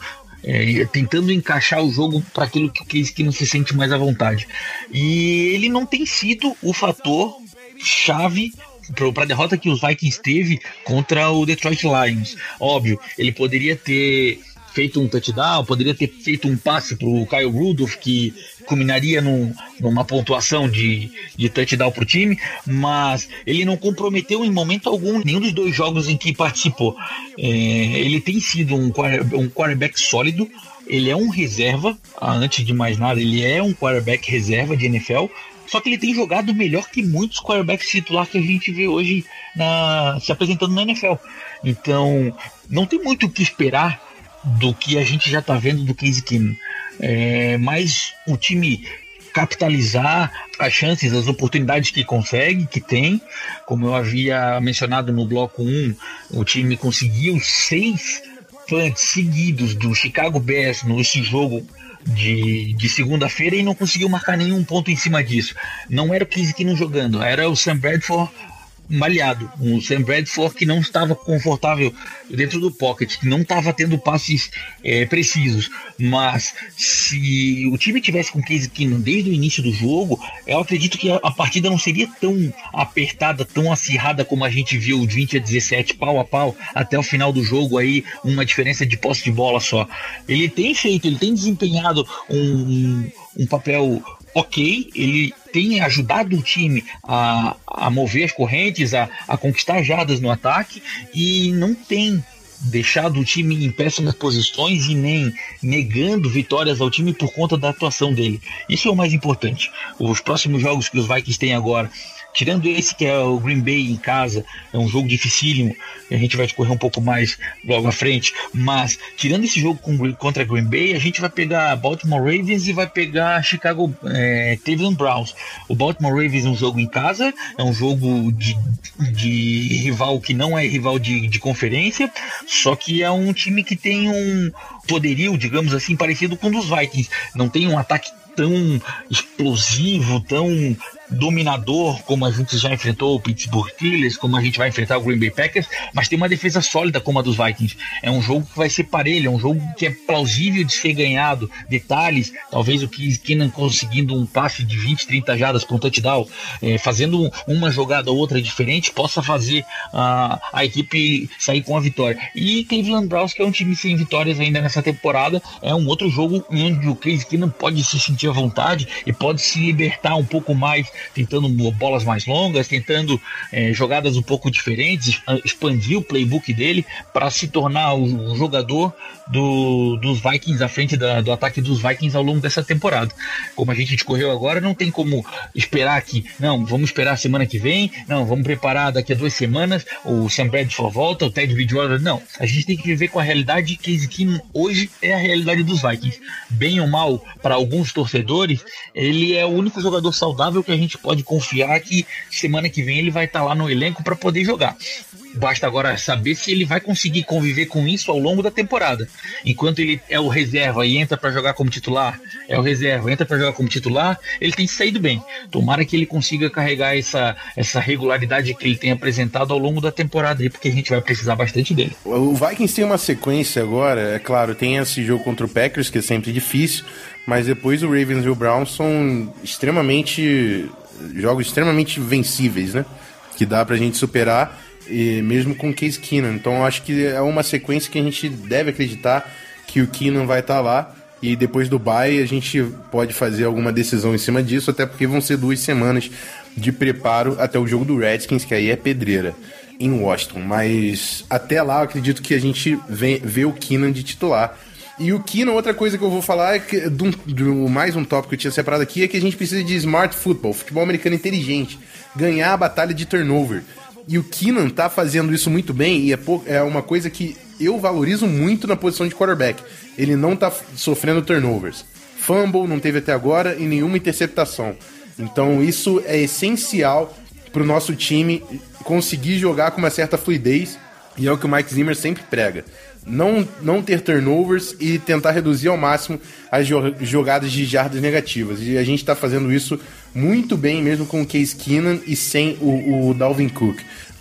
Speaker 5: tentando encaixar o jogo para aquilo que o Case Keenum se sente mais à vontade. E ele não tem sido o fator chave para a derrota que os Vikings teve contra o Detroit Lions. Óbvio, ele poderia ter feito um touchdown, poderia ter feito um passe para o Kyle Rudolph que culminaria numa pontuação de touchdown para o time, mas ele não comprometeu em momento algum nenhum dos dois jogos em que participou. Ele tem sido um quarterback sólido, ele é um reserva, antes de mais nada, ele é um quarterback reserva de NFL, só que ele tem jogado melhor que muitos quarterbacks titulares que a gente vê hoje se apresentando na NFL. Então, não tem muito o que esperar do que a gente já está vendo do Case Keenum. Mas o time capitalizar as chances, as oportunidades que consegue, que tem, como eu havia mencionado no bloco 1, o time conseguiu 6 punts seguidos do Chicago Bears nesse jogo de segunda-feira e não conseguiu marcar nenhum ponto em cima disso. Não era o Case Keenum jogando, era o Sam Bradford malhado, o Sam Bradford que não estava confortável dentro do pocket, que não estava tendo passes precisos. Mas se o time tivesse com Case Keenum desde o início do jogo, eu acredito que a partida não seria tão apertada, tão acirrada como a gente viu de 20-17 pau a pau até o final do jogo, aí uma diferença de posse de bola só. Ele tem desempenhado um papel ok, ele tem ajudado o time a mover as correntes, a conquistar jardas no ataque, e não tem deixado o time em péssimas posições e nem negando vitórias ao time por conta da atuação dele. Isso é o mais importante. Os próximos jogos que os Vikings têm agora, tirando esse que é o Green Bay em casa, é um jogo dificílimo, a gente vai discorrer um pouco mais logo à frente, mas tirando esse jogo contra Green Bay, a gente vai pegar Baltimore Ravens e vai pegar Cleveland Browns. O Baltimore Ravens é um jogo em casa, é um jogo de rival que não é rival de conferência, só que é um time que tem um poderio, digamos assim, parecido com o dos Vikings. Não tem um ataque tão explosivo, tão dominador como a gente já enfrentou o Pittsburgh Steelers, como a gente vai enfrentar o Green Bay Packers, mas tem uma defesa sólida como a dos Vikings. É um jogo que vai ser parelho, é um jogo que é plausível de ser ganhado. Detalhes, talvez o Case Keenum conseguindo um passe de 20, 30 jardas para um touchdown, fazendo uma jogada ou outra diferente, possa fazer a equipe sair com a vitória. E Cleveland Browns, que é um time sem vitórias ainda nessa temporada, é um outro jogo onde o Case Keenum pode se sentir à vontade e pode se libertar um pouco mais, tentando bolas mais longas, tentando jogadas um pouco diferentes, expandir o playbook dele para se tornar o jogador dos Vikings à frente do ataque dos Vikings ao longo dessa temporada. Como a gente discorreu agora, não tem como esperar que, não, vamos esperar a semana que vem, não, vamos preparar daqui a 2 semanas, o Sam Bradford volta, o Ted Bridgewater, não. A gente tem que viver com a realidade que Case Keenum hoje é a realidade dos Vikings. Bem ou mal, para alguns torcedores, ele é o único jogador saudável que a gente pode confiar que semana que vem ele vai estar lá no elenco para poder jogar. Basta agora saber se ele vai conseguir conviver com isso ao longo da temporada. Enquanto ele é o reserva e entra para jogar como titular, ele tem saído bem. Tomara que ele consiga carregar essa regularidade que ele tem apresentado ao longo da temporada aí, porque a gente vai precisar bastante dele.
Speaker 4: O Vikings tem uma sequência agora, é claro, tem esse jogo contra o Packers, que é sempre difícil, mas depois o Ravens e o Browns são jogos extremamente vencíveis, né? Que dá pra gente superar, e mesmo com o Case Keenum. Então eu acho que é uma sequência que a gente deve acreditar que o Keenum vai estar lá, e depois do bye a gente pode fazer alguma decisão em cima disso, até porque vão ser 2 semanas de preparo até o jogo do Redskins, que aí é pedreira, em Washington. Mas até lá eu acredito que a gente vê o Keenum de titular. E o Keenum, outra coisa que eu vou falar, mais um tópico que eu tinha separado aqui, é que a gente precisa de smart football, futebol americano inteligente, ganhar a batalha de turnover. E o Keenum tá fazendo isso muito bem, e é uma coisa que eu valorizo muito na posição de quarterback. Ele não tá sofrendo turnovers. Fumble não teve até agora e nenhuma interceptação. Então isso é essencial pro nosso time conseguir jogar com uma certa fluidez, e é o que o Mike Zimmer sempre prega. Não ter turnovers e tentar reduzir ao máximo as jogadas de jardas negativas. E a gente está fazendo isso muito bem, mesmo com o Case Keenum e sem o Dalvin Cook.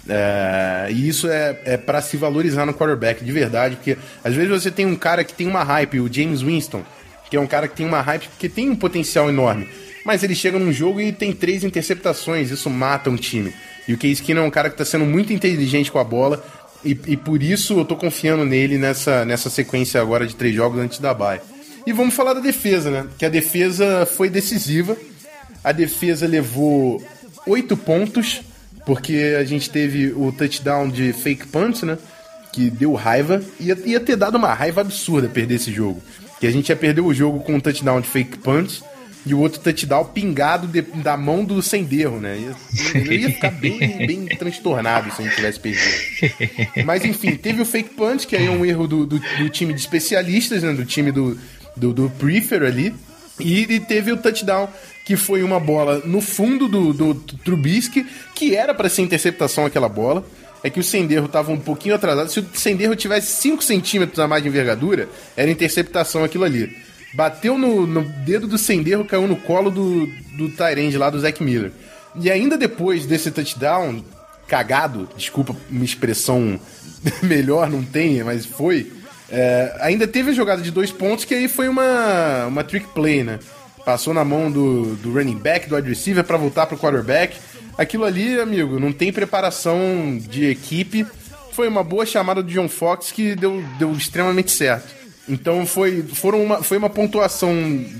Speaker 4: E isso é para se valorizar no quarterback, de verdade, porque às vezes você tem um cara que tem uma hype, o James Winston, que é um cara que tem uma hype porque tem um potencial enorme, mas ele chega num jogo e tem 3 interceptações, isso mata um time. E o Case Keenum é um cara que tá sendo muito inteligente com a bola, e por isso eu tô confiando nele nessa sequência agora de 3 jogos antes da bye. E vamos falar da defesa, né? Que a defesa foi decisiva. A defesa levou 8 pontos, porque a gente teve o touchdown de fake punt, né? Que deu raiva. Ia ter dado uma raiva absurda perder esse jogo. Que a gente ia perder o jogo com um touchdown de fake punt e o outro touchdown pingado da mão do Sendejo, né? Eu ia ficar bem transtornado se a gente tivesse perdido. Mas enfim, teve o fake punt, que aí é um erro do time de especialistas, né? Do time do Prefer ali. E teve o touchdown, que foi uma bola no fundo do Trubisky, que era para ser interceptação aquela bola. É que o Sendejo estava um pouquinho atrasado. Se o Sendejo tivesse 5 centímetros a mais de envergadura, era interceptação aquilo ali. Bateu no dedo do Sendejo, caiu no colo do tight end lá, do Zach Miller. E ainda depois desse touchdown, cagado, desculpa uma expressão melhor, não tem, mas foi... ainda teve a jogada de 2 pontos, que aí foi uma trick play, né? Passou na mão do running back, do wide receiver, para voltar pro quarterback. Aquilo ali, amigo, não tem preparação de equipe. Foi uma boa chamada do John Fox que deu extremamente certo. Então foi uma pontuação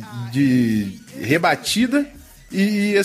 Speaker 4: de rebatida e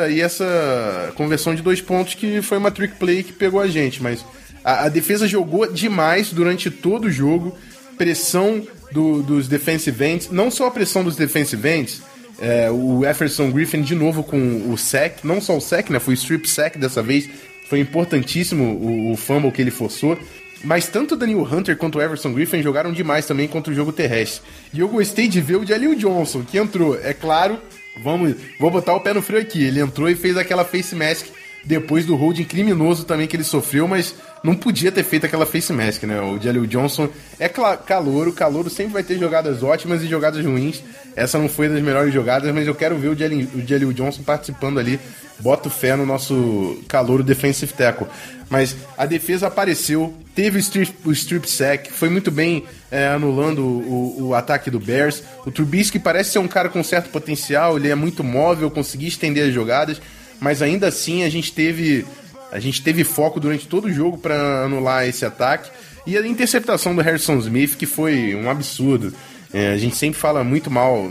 Speaker 4: essa conversão de 2 pontos que foi uma trick play que pegou a gente. Mas a defesa jogou demais durante todo o jogo. Pressão dos defensive ends, não só a pressão dos defensive ends, o Everson Griffen de novo com o sack, não só o sack, né, foi o strip sack dessa vez, foi importantíssimo o fumble que ele forçou, mas tanto o Daniel Hunter quanto o Everson Griffen jogaram demais também contra o jogo terrestre. E eu gostei de ver o Jaleel Johnson, que entrou, é claro, vou botar o pé no freio aqui, ele entrou e fez aquela face mask depois do holding criminoso também que ele sofreu, mas não podia ter feito aquela face mask, né? O Jaleel Johnson é calouro, sempre vai ter jogadas ótimas e jogadas ruins. Essa não foi das melhores jogadas, mas eu quero ver o Jaleel Johnson participando ali. Boto fé no nosso calouro defensive tackle. Mas a defesa apareceu, teve o strip sack, foi muito bem anulando o ataque do Bears. O Trubisky parece ser um cara com certo potencial, ele é muito móvel, conseguia estender as jogadas, mas ainda assim a gente teve foco durante todo o jogo para anular esse ataque. E a interceptação do Harrison Smith, que foi um absurdo. A gente sempre fala muito mal,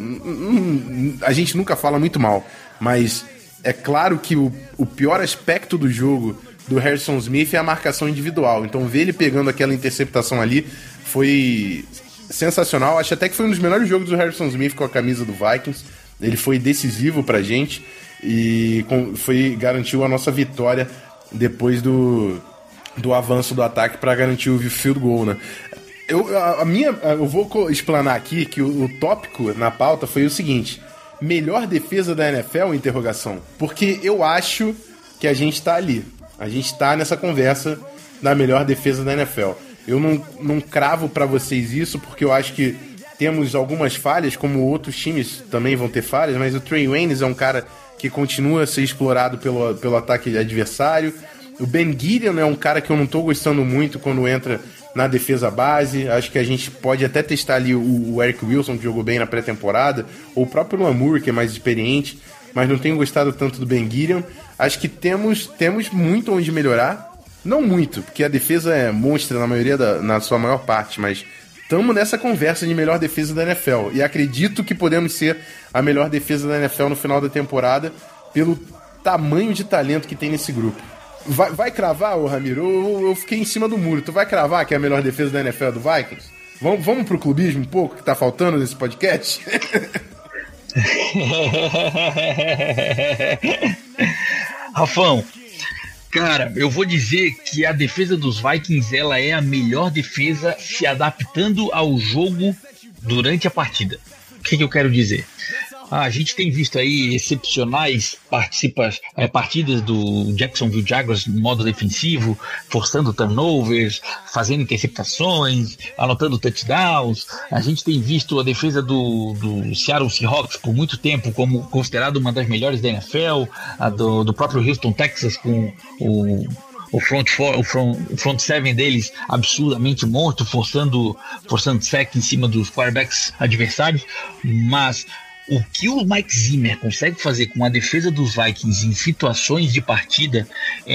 Speaker 4: a gente nunca fala muito mal, mas é claro que o pior aspecto do jogo do Harrison Smith é a marcação individual. Então ver ele pegando aquela interceptação ali foi sensacional. Acho até que foi um dos melhores jogos do Harrison Smith com a camisa do Vikings. Ele foi decisivo pra gente e garantiu a nossa vitória depois do avanço do ataque para garantir o field goal, né? Eu vou explanar aqui que o tópico na pauta foi o seguinte: melhor defesa da NFL? Interrogação. Porque eu acho que a gente tá ali. A gente tá nessa conversa da melhor defesa da NFL. Eu não cravo para vocês isso, porque eu acho que temos algumas falhas, como outros times também vão ter falhas, mas o Trey Waynes é um cara que continua a ser explorado pelo ataque adversário. O Ben Gideon é um cara que eu não tô gostando muito quando entra na defesa base. Acho que a gente pode até testar ali o Eric Wilson, que jogou bem na pré-temporada, ou o próprio Lamour, que é mais experiente, mas não tenho gostado tanto do Ben Gideon. Acho que temos muito onde melhorar. Não muito, porque a defesa é monstra na sua maior parte, mas estamos nessa conversa de melhor defesa da NFL. E acredito que podemos ser a melhor defesa da NFL no final da temporada, pelo tamanho de talento que tem nesse grupo. Vai cravar, ô Ramiro? Eu fiquei em cima do muro. Tu vai cravar que é a melhor defesa da NFL do Vikings? Vamos pro clubismo um pouco, que tá faltando nesse podcast?
Speaker 5: Rafão, cara, eu vou dizer que a defesa dos Vikings, ela é a melhor defesa se adaptando ao jogo durante a partida. O que eu quero dizer? A gente tem visto aí excepcionais partidas do Jacksonville Jaguars no modo defensivo, forçando turnovers, fazendo interceptações, anotando touchdowns. A gente tem visto a defesa do Seattle Seahawks por muito tempo como considerada uma das melhores da NFL, a do próprio Houston Texas com o front seven deles absurdamente morto, forçando sack em cima dos quarterbacks adversários, mas o que o Mike Zimmer consegue fazer com a defesa dos Vikings em situações de partida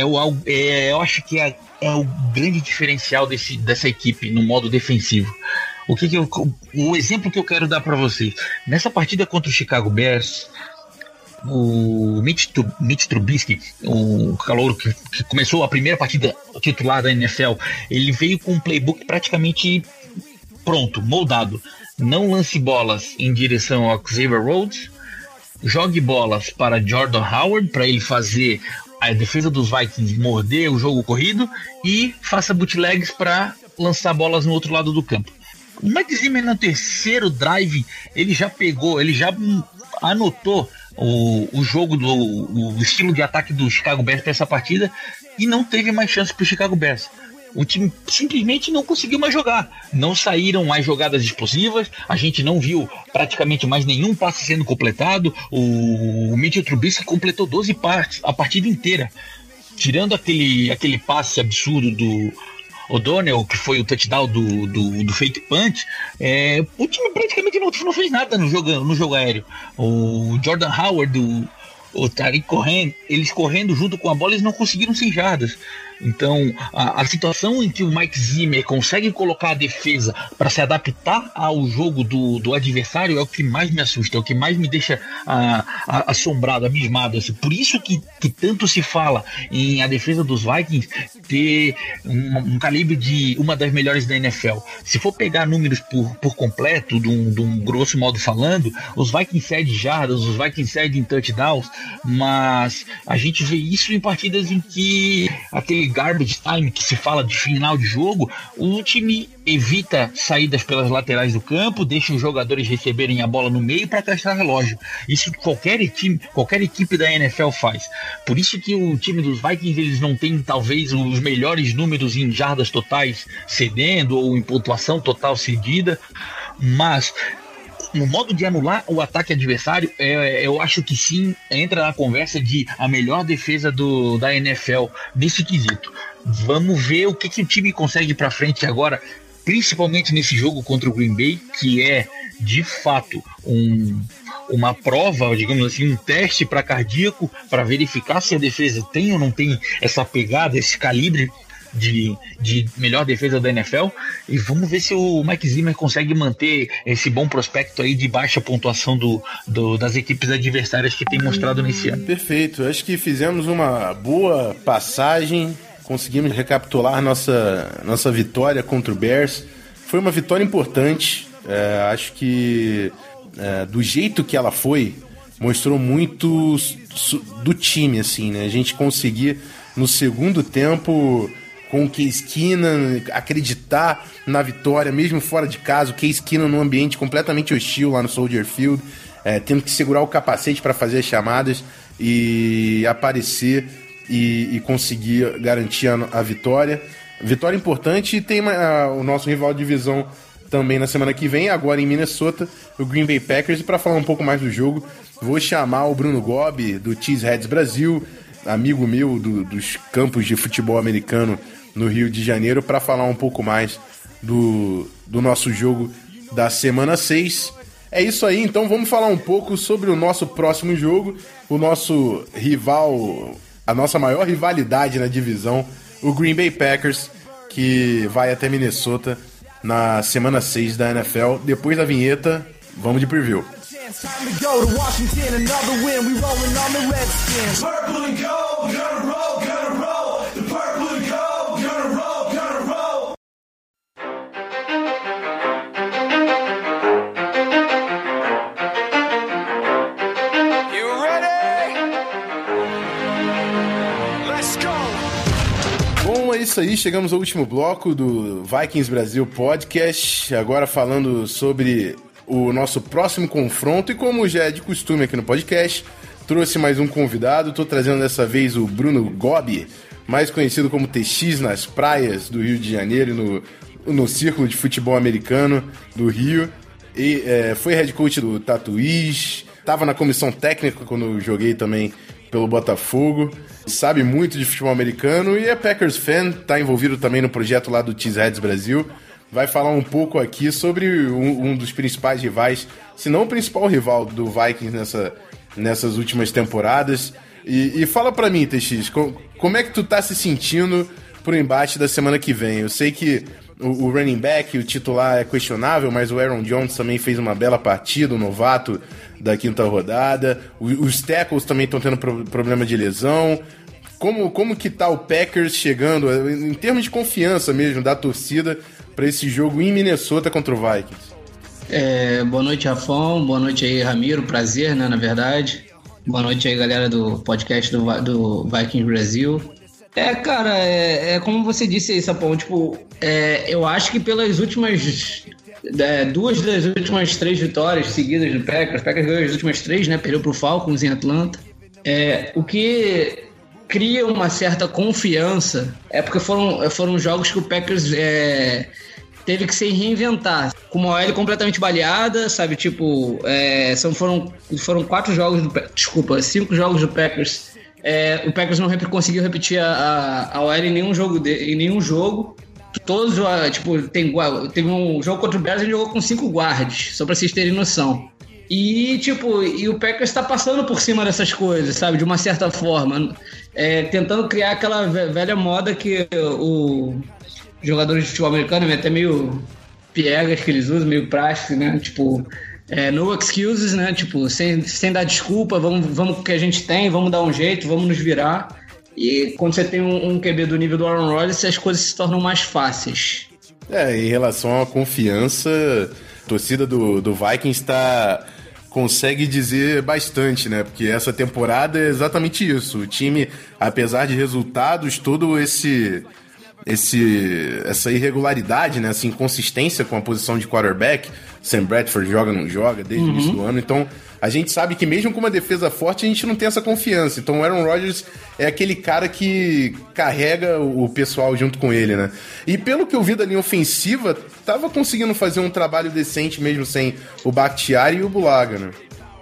Speaker 5: eu acho que é o grande diferencial dessa equipe no modo defensivo. O exemplo que eu quero dar para vocês, nessa partida contra o Chicago Bears, o Mitch Trubisky, o calouro que começou a primeira partida titular da NFL, ele veio com um playbook praticamente pronto, moldado. Não lance bolas em direção ao Xavier Rhodes, jogue bolas para Jordan Howard, para ele fazer a defesa dos Vikings morder o jogo corrido, e faça bootlegs para lançar bolas no outro lado do campo. O Mike Zimmer, no terceiro drive, ele já anotou o jogo, o estilo de ataque do Chicago Bears para essa partida, e não teve mais chance para o Chicago Bears. O time simplesmente não conseguiu mais jogar. Não saíram mais jogadas explosivas. A gente não viu praticamente mais nenhum passe sendo completado. O Mitchell Trubisky completou 12 passes a partida inteira. Tirando aquele passe absurdo do O'Donnell, que foi o touchdown do fake punch, o time praticamente não fez nada no jogo aéreo. O Jordan Howard, o Tariq Cohen, eles correndo junto com a bola, eles não conseguiram 100 jardas. Então, a situação em que o Mike Zimmer consegue colocar a defesa para se adaptar ao jogo do adversário é o que mais me assusta, é o que mais me deixa assombrado, abismado. Assim. Por isso que tanto se fala em a defesa dos Vikings ter um calibre de uma das melhores da NFL. Se for pegar números por completo, de um grosso modo falando, os Vikings cedem jardas, os Vikings cedem touchdowns, mas a gente vê isso em partidas em que aquele garbage time que se fala de final de jogo, o time evita saídas pelas laterais do campo, deixa os jogadores receberem a bola no meio para gastar relógio. Isso qualquer equipe da NFL faz. Por isso que o time dos Vikings, eles não tem talvez os melhores números em jardas totais cedendo ou em pontuação total cedida, mas no modo de anular o ataque adversário, eu acho que sim, entra na conversa de a melhor defesa da NFL nesse quesito. Vamos ver o que o time consegue para frente agora, principalmente nesse jogo contra o Green Bay, que é de fato uma prova, digamos assim, um teste para cardíaco, para verificar se a defesa tem ou não tem essa pegada, esse calibre de melhor defesa da NFL, e vamos ver se o Mike Zimmer consegue manter esse bom prospecto aí de baixa pontuação das equipes adversárias que tem mostrado nesse ano.
Speaker 4: Perfeito, acho que fizemos uma boa passagem, conseguimos recapitular nossa vitória contra o Bears. Foi uma vitória importante, acho que do jeito que ela foi, mostrou muito do time, assim, né? A gente conseguir no segundo tempo, com o Case Keenum, acreditar na vitória, mesmo fora de casa, o Case Keenum num ambiente completamente hostil lá no Soldier Field, tendo que segurar o capacete para fazer as chamadas e aparecer e conseguir garantir a vitória. Vitória importante, e tem o nosso rival de divisão também na semana que vem, agora em Minnesota, o Green Bay Packers. E para falar um pouco mais do jogo, vou chamar o Bruno Gobi, do Cheeseheads Brasil, amigo meu dos campos de futebol americano no Rio de Janeiro, para falar um pouco mais do nosso jogo da semana 6. É isso aí, então vamos falar um pouco sobre o nosso próximo jogo, o nosso rival, a nossa maior rivalidade na divisão, o Green Bay Packers, que vai até Minnesota na semana 6 da NFL. Depois da vinheta, vamos de preview.
Speaker 6: Time to go to Washington, another win. We rolling on the Redskins. Purple and gold, gonna roll, gonna roll. The purple and gold, gonna roll, gonna roll. You ready? Let's go.
Speaker 4: Bom, é isso aí, chegamos ao último bloco do Vikings Brasil Podcast, agora falando sobre o nosso próximo confronto, e como já é de costume aqui no podcast, trouxe mais um convidado. Estou trazendo dessa vez o Bruno Gobi, mais conhecido como TX nas praias do Rio de Janeiro, no círculo de futebol americano do Rio, e foi head coach do Tatuís, estava na comissão técnica quando eu joguei também pelo Botafogo, sabe muito de futebol americano e é Packers fan, tá envolvido também no projeto lá do Cheeseheads Brasil. Vai falar um pouco aqui sobre um dos principais rivais, se não o principal rival do Vikings nessas últimas temporadas. E fala pra mim, TX, como é que tu tá se sentindo pro embate da semana que vem? Eu sei que o running back, o titular é questionável, mas o Aaron Jones também fez uma bela partida, o novato da quinta rodada. Os tackles também estão tendo problema de lesão. Como que tá o Packers chegando, em termos de confiança mesmo, da torcida, para esse jogo em Minnesota contra o Vikings?
Speaker 7: Boa noite, Rafão. Boa noite aí, Ramiro. Prazer, né, na verdade. Boa noite aí, galera do podcast do Vikings Brasil. Cara, como você disse aí, Sapão, tipo, eu acho que pelas últimas... duas das últimas 3 vitórias seguidas do Packers ganhou as últimas 3, né? Perdeu pro Falcons em Atlanta. O que cria uma certa confiança porque foram jogos que o Packers teve que se reinventar, com uma OL completamente baleada, sabe? Tipo, foram 5 jogos do Packers. O Packers não conseguiu repetir a OL em nenhum jogo. Todos, teve um jogo contra o Bears, a gente jogou com 5 guards, só pra vocês terem noção. E o Packers tá passando por cima dessas coisas, sabe? De uma certa forma. Tentando criar aquela velha moda que os jogadores de futebol americano, até meio piegas que eles usam, meio prático, né? Tipo, no excuses, né? Tipo, sem dar desculpa, vamos com o que a gente tem, vamos dar um jeito, vamos nos virar. E quando você tem um QB do nível do Aaron Rodgers, as coisas se tornam mais fáceis.
Speaker 4: Em relação à confiança, a torcida do Vikings consegue dizer bastante, né? Porque essa temporada é exatamente isso. O time, apesar de resultados, todo essa irregularidade, né? Essa inconsistência com a posição de quarterback, Sam Bradford joga ou não joga desde o início do ano, então a gente sabe que mesmo com uma defesa forte a gente não tem essa confiança, então o Aaron Rodgers é aquele cara que carrega o pessoal junto com ele, né? E pelo que eu vi da linha ofensiva, tava conseguindo fazer um trabalho decente mesmo sem o Bakhtiari e o Bulaga, né?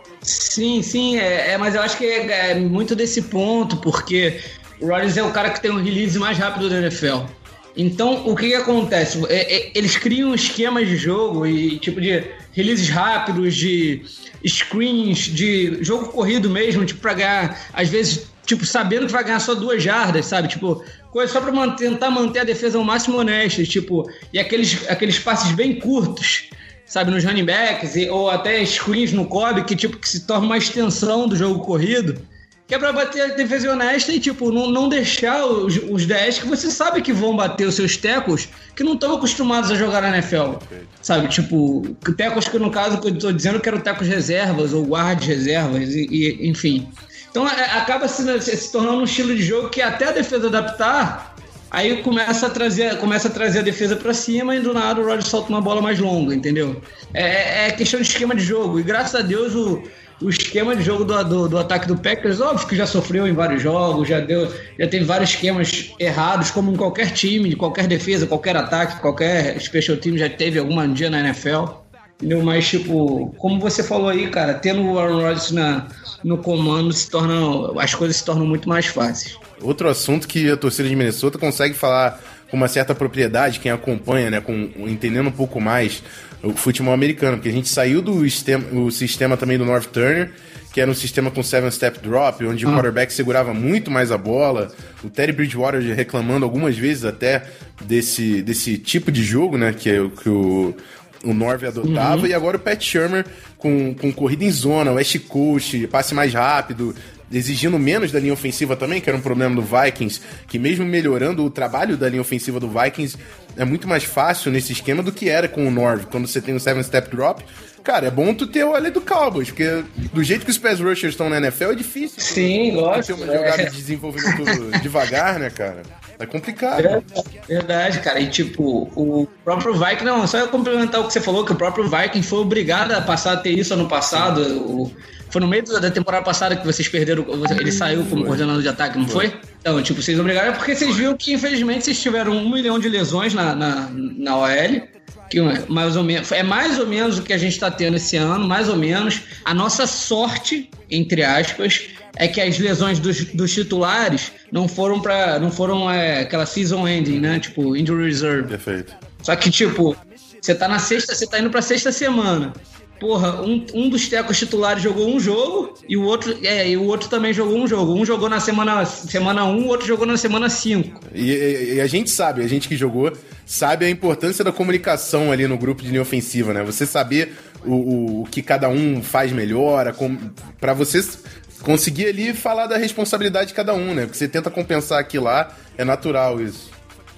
Speaker 7: Sim, mas eu acho que é muito desse ponto, porque o Rodgers é o cara que tem um release mais rápido da NFL. Então, o que acontece? Eles criam esquemas de jogo e tipo de releases rápidos, de screens, de jogo corrido mesmo, tipo, pra ganhar, às vezes, tipo, sabendo que vai ganhar só 2 jardas, sabe? Tipo, coisa só pra tentar manter a defesa ao máximo honesta, tipo, e aqueles passes bem curtos, sabe, nos running backs, ou até screens no Cobb, que se torna uma extensão do jogo corrido, que é pra bater a defesa honesta e, tipo, não deixar os 10 que você sabe que vão bater os seus tackles que não estão acostumados a jogar na NFL, sabe? Tipo, tackles que, no caso, que eu tô dizendo que eram tackles reservas ou guardas reservas, e enfim. Então, acaba se tornando um estilo de jogo que até a defesa adaptar, aí começa a trazer a defesa pra cima e do nada o Rodgers solta uma bola mais longa, entendeu? É questão de esquema de jogo, e graças a Deus o esquema de jogo do ataque do Packers, óbvio que já sofreu em vários jogos, já teve vários esquemas errados, como em qualquer time, de qualquer defesa, qualquer ataque, qualquer special team já teve algum dia na NFL, entendeu? Mas, tipo, como você falou aí, cara, tendo o Aaron Rodgers no comando, as coisas se tornam muito mais fáceis.
Speaker 4: Outro assunto que a torcida de Minnesota consegue falar com uma certa propriedade, quem acompanha, né, entendendo um pouco mais o futebol americano, porque a gente saiu do sistema também do Norv Turner, que era um sistema com 7-step drop, onde o quarterback segurava muito mais a bola, o Teddy Bridgewater reclamando algumas vezes até desse tipo de jogo, né, que o Norv adotava, e agora o Pat Shurmur com corrida em zona, West Coast, passe mais rápido, exigindo menos da linha ofensiva também, que era um problema do Vikings, que mesmo melhorando o trabalho da linha ofensiva do Vikings, é muito mais fácil nesse esquema do que era com o Norv, quando você tem o 7-step drop. Cara, é bom tu ter o ali do Cowboys, porque do jeito que os pass rushers estão na NFL é difícil.
Speaker 7: Sim, lógico.
Speaker 4: Ter uma jogada de desenvolvimento devagar, né, cara? É complicado.
Speaker 7: Verdade, cara. E tipo, o próprio Vikings, não, só eu complementar o que você falou, que o próprio Vikings foi obrigado a passar a ter isso ano passado. Foi no meio da temporada passada que vocês perderam, ele saiu como coordenador de ataque, não foi? Então, tipo, vocês obrigaram porque vocês viram que, infelizmente, vocês tiveram 1 milhão de lesões na OL, que é mais ou menos o que a gente está tendo esse ano, mais ou menos. A nossa sorte, entre aspas, é que as lesões dos titulares não foram aquela season ending, né? Tipo, injury reserve.
Speaker 4: Perfeito.
Speaker 7: Só que, tipo, você tá indo pra sexta semana. Porra, um dos tecos titulares jogou um jogo e o outro também jogou um jogo. Um jogou na semana 1, o outro jogou na semana 5.
Speaker 4: E a gente sabe, a gente que jogou, sabe a importância da comunicação ali no grupo de linha ofensiva, né? Você saber o que cada um faz melhor, pra você conseguir ali falar da responsabilidade de cada um, né? Porque você tenta compensar aqui lá, é natural isso.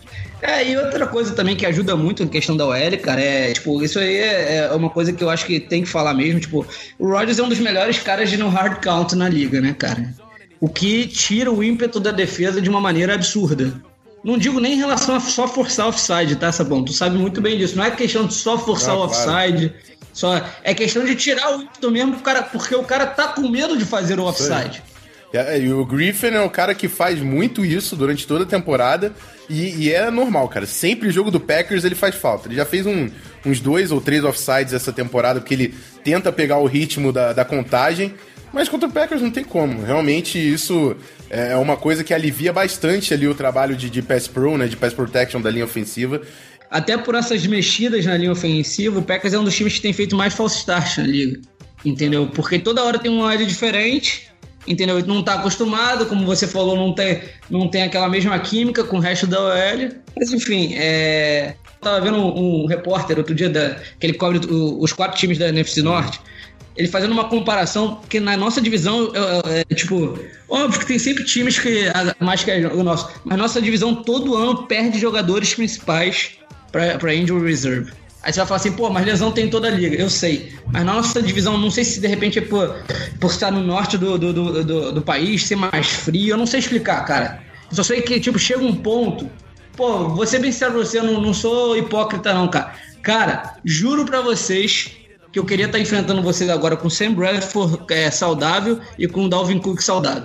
Speaker 7: E outra coisa também que ajuda muito na questão da OL, cara, isso aí é uma coisa que eu acho que tem que falar mesmo, tipo, o Rodgers é um dos melhores caras de no hard count na liga, né, cara? O que tira o ímpeto da defesa de uma maneira absurda. Não digo nem em relação a só forçar offside, tá, Sabão? Tu sabe muito bem disso. Não é questão de só forçar o offside, só é questão de tirar o ímpeto mesmo porque o cara tá com medo de fazer o offside.
Speaker 4: E o Griffin é o cara que faz muito isso durante toda a temporada e é normal, cara. Sempre o jogo do Packers ele faz falta. Ele já fez uns 2 ou 3 offsides essa temporada porque ele tenta pegar o ritmo da contagem, mas contra o Packers não tem como. Realmente isso é uma coisa que alivia bastante ali o trabalho de pass pro, né, de pass protection da linha ofensiva.
Speaker 7: Até por essas mexidas na linha ofensiva, o Packers é um dos times que tem feito mais false start na liga, entendeu? Porque toda hora tem uma área diferente, entendeu? Não tá acostumado, como você falou, não tem aquela mesma química com o resto da OL. Mas enfim, eu tava vendo um repórter outro dia que ele cobre os 4 times da NFC Norte, ele fazendo uma comparação que na nossa divisão, tipo, óbvio que tem sempre times que mais que o nosso, mas nossa divisão todo ano perde jogadores principais pra injury reserve. Aí você vai falar assim, pô, mas lesão tem em toda a liga. Eu sei. Mas na nossa divisão, não sei se de repente é por estar no norte do país, ser mais frio. Eu não sei explicar, cara. Eu só sei que, tipo, chega um ponto... Pô, vou ser bem sincero pra você, eu não sou hipócrita não, cara. Cara, juro pra vocês que eu queria estar enfrentando vocês agora com o Sam Bradford saudável e com o Dalvin Cook saudável.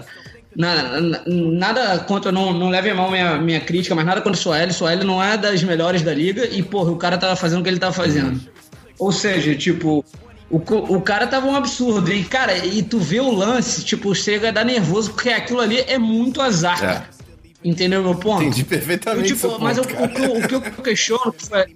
Speaker 7: Nada contra, não leve mal minha crítica, mas nada contra o Sua L não é das melhores da liga e, porra, o cara tava fazendo o que ele tava fazendo. Ou seja, tipo, o cara tava um absurdo. E, cara, e tu vê o lance, tipo, chega a dar nervoso, porque aquilo ali é muito azar, cara. Entendeu meu ponto?
Speaker 4: Entendi perfeitamente seu ponto,
Speaker 7: mas o que eu questiono...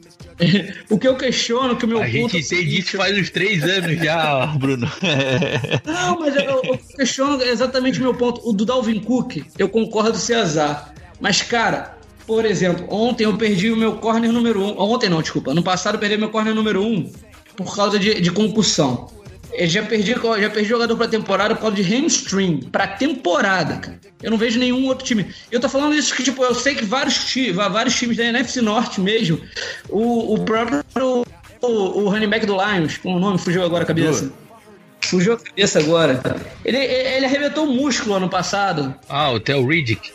Speaker 7: O que eu questiono que o meu ponto...
Speaker 5: A gente entende isso faz uns 3 anos já, Bruno.
Speaker 7: Não, mas eu questiono exatamente o meu ponto. O do Dalvin Cook, eu concordo ser azar. Mas, cara, por exemplo, ontem eu perdi o meu corner número 1. Ontem não, desculpa. Ano passado eu perdi meu corner número 1 por causa de concussão. Eu já perdi jogador pra temporada por causa de hamstring. Pra temporada, cara. Eu não vejo nenhum outro time. Eu tô falando isso que, tipo, eu sei que vários times da NFC Norte mesmo. O próprio o running back do Lions, com o nome fugiu agora a cabeça. Fugiu a cabeça agora. Ele arrebentou o músculo ano passado.
Speaker 5: O Theo Riddick.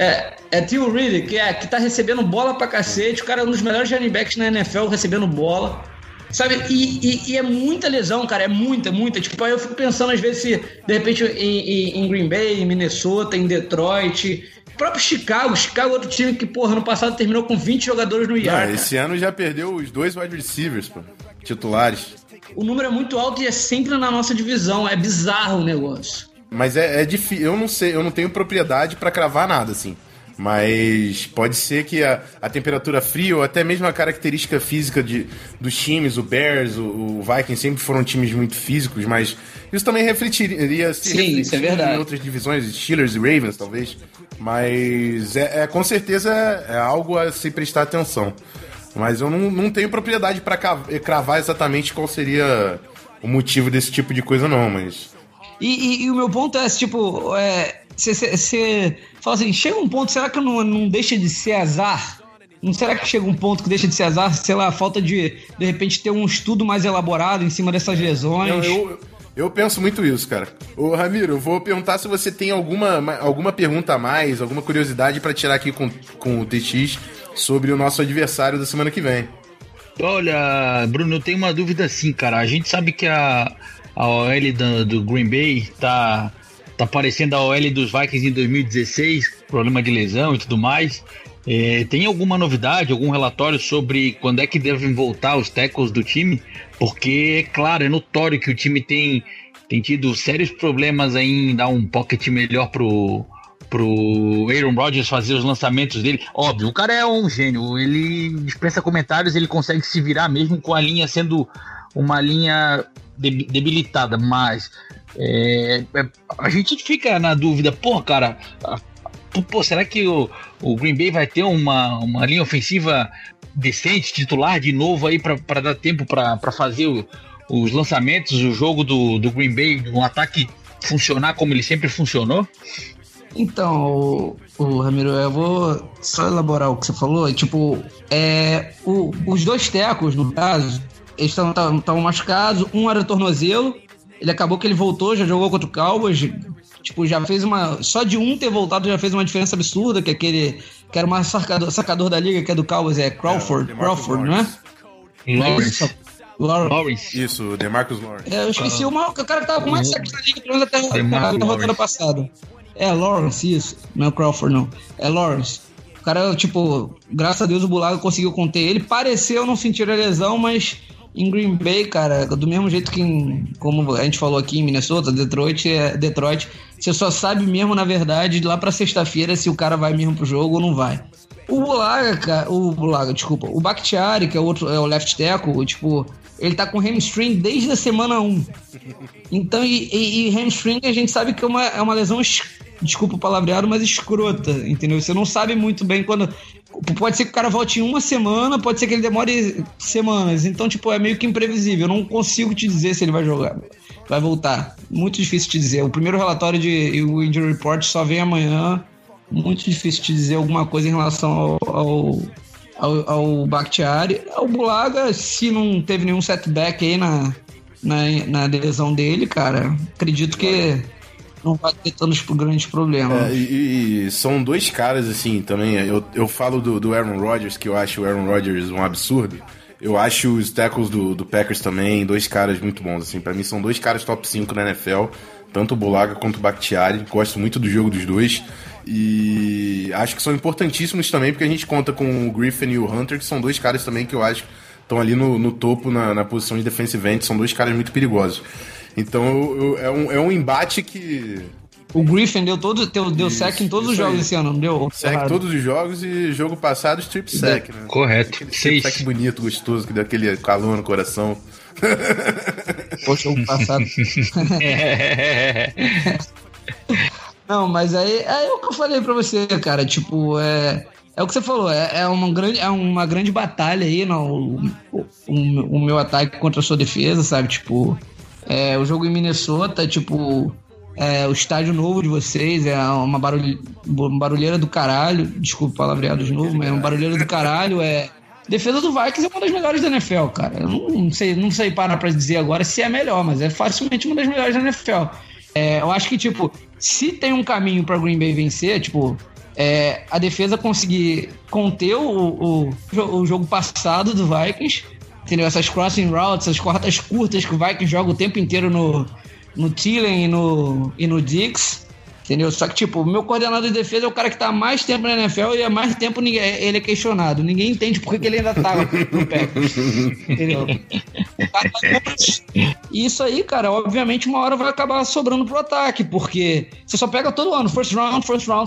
Speaker 7: É Theo Riddick, que tá recebendo bola pra cacete. O cara é um dos melhores running backs na NFL recebendo bola. Sabe, e é muita lesão, cara, é muita. Tipo, aí eu fico pensando às vezes se, de repente, em Green Bay, em Minnesota, em Detroit, próprio Chicago é outro time que, porra, ano passado terminou com 20 jogadores no IR.
Speaker 4: Esse ano já perdeu os 2 wide receivers, pô, titulares.
Speaker 7: O número é muito alto e é sempre na nossa divisão, é bizarro o negócio.
Speaker 4: Mas é difícil, eu não sei, eu não tenho propriedade pra cravar nada, assim. Mas pode ser que a temperatura fria ou até mesmo a característica física dos times, o Bears, o Vikings sempre foram times muito físicos, mas isso também refletiria
Speaker 7: isso é verdade.
Speaker 4: Em outras divisões, Steelers e Ravens talvez, mas com certeza é algo a se prestar atenção. Mas eu não tenho propriedade para cravar exatamente qual seria o motivo desse tipo de coisa não, mas...
Speaker 7: E o meu ponto é, tipo, você fala assim, chega um ponto, será que não deixa de ser azar? Não será que chega um ponto que deixa de ser azar? Sei lá, falta de repente, ter um estudo mais elaborado em cima dessas lesões?
Speaker 4: Eu penso muito isso, cara. Ô, Ramiro, eu vou perguntar se você tem alguma pergunta a mais, alguma curiosidade pra tirar aqui com o TX sobre o nosso adversário da semana que vem.
Speaker 5: Olha, Bruno, eu tenho uma dúvida assim, cara. A gente sabe que a OL do Green Bay tá parecendo a OL dos Vikings em 2016, problema de lesão e tudo mais. Tem alguma novidade, algum relatório sobre quando é que devem voltar os tackles do time? Porque, claro, é notório que o time tem tem tido sérios problemas aí em dar um pocket melhor pro Aaron Rodgers fazer os lançamentos dele. Óbvio, o cara é um gênio, ele dispensa comentários, ele consegue se virar mesmo com a linha sendo uma linha debilitada, mas a gente fica na dúvida, cara, será que o Green Bay vai ter uma linha ofensiva decente, titular de novo aí para dar tempo para fazer os lançamentos, o jogo do Green Bay, um ataque funcionar como ele sempre funcionou?
Speaker 7: Então, o Ramiro, eu vou só elaborar o que você falou. Tipo, os dois tecos, no caso, eles estavam machucados. Um era tornozelo, ele acabou que ele voltou, já jogou contra o Cowboys. Tipo, já fez só de um ter voltado já fez uma diferença absurda, que era o mais sacador da liga, que é do Cowboys, Crawford, não é?
Speaker 5: Lawrence.
Speaker 4: Isso, DeMarcus Lawrence.
Speaker 7: Eu esqueci o cara que tava com mais sacos na liga, pelo menos até a rodada passada. Lawrence, isso. Não é o Crawford, não. É Lawrence. O cara, tipo, graças a Deus o Bulaga conseguiu conter ele. Pareceu não sentir a lesão, mas em Green Bay, cara, do mesmo jeito que, como a gente falou aqui em Minnesota, Detroit, você só sabe mesmo, na verdade, lá pra sexta-feira se o cara vai mesmo pro jogo ou não vai. O Bakhtiari, que é o left tackle, tipo, ele tá com hamstring desde a semana 1. Então, e hamstring a gente sabe que é uma lesão, desculpa o palavreado, mas escrota, entendeu? Você não sabe muito bem quando... Pode ser que o cara volte em uma semana, pode ser que ele demore semanas. Então, tipo, é meio que imprevisível. Eu não consigo te dizer se ele vai voltar. Muito difícil te dizer. O primeiro relatório e o Injury Report só vem amanhã. Muito difícil te dizer alguma coisa em relação ao Bakhtiari. O Bulaga, se não teve nenhum setback aí na lesão dele, cara, acredito que não vai ter tantos grandes problemas.
Speaker 4: E são dois caras, assim, também. Eu falo do Aaron Rodgers, que eu acho o Aaron Rodgers um absurdo. Eu acho os tackles do Packers também dois caras muito bons, assim. Pra mim são dois caras top 5 na NFL, tanto o Bulaga quanto o Bakhtiari. Gosto muito do jogo dos dois. E acho que são importantíssimos também, porque a gente conta com o Griffin e o Hunter, que são dois caras também que eu acho estão ali no topo, na posição de defensive end. São dois caras muito perigosos. Então é um embate que...
Speaker 7: O Griffin deu sack em todos os jogos esse ano, não deu?
Speaker 4: Sack em todos os jogos e jogo passado strip sack, né?
Speaker 5: Correto.
Speaker 4: Aquele sack bonito, gostoso, que dá aquele calor no coração.
Speaker 7: Poxa, jogo passado. Não, mas aí é o que eu falei pra você, cara. Tipo, é o que você falou, é uma grande batalha aí, o meu ataque contra a sua defesa, sabe? Tipo, o jogo em Minnesota, tipo, o estádio novo de vocês é uma barulheira do caralho. Desculpa o palavreado de novo, mas é uma barulheira do caralho. Defesa do Vikings é uma das melhores da NFL, cara. Eu não sei parar pra dizer agora se é melhor, mas é facilmente uma das melhores da NFL. Eu acho que, tipo, se tem um caminho pra Green Bay vencer, tipo, a defesa conseguir conter o jogo passado do Vikings, entendeu? Essas crossing routes, essas quartas curtas que o Vikings joga o tempo inteiro no Thielen e no Diggs, entendeu? Só que, tipo, o meu coordenador de defesa é o cara que tá há mais tempo na NFL e há mais tempo ele é questionado. Ninguém entende por que ele ainda tá no Packers, entendeu? E isso aí, cara, obviamente uma hora vai acabar sobrando pro ataque, porque você só pega todo ano, first round,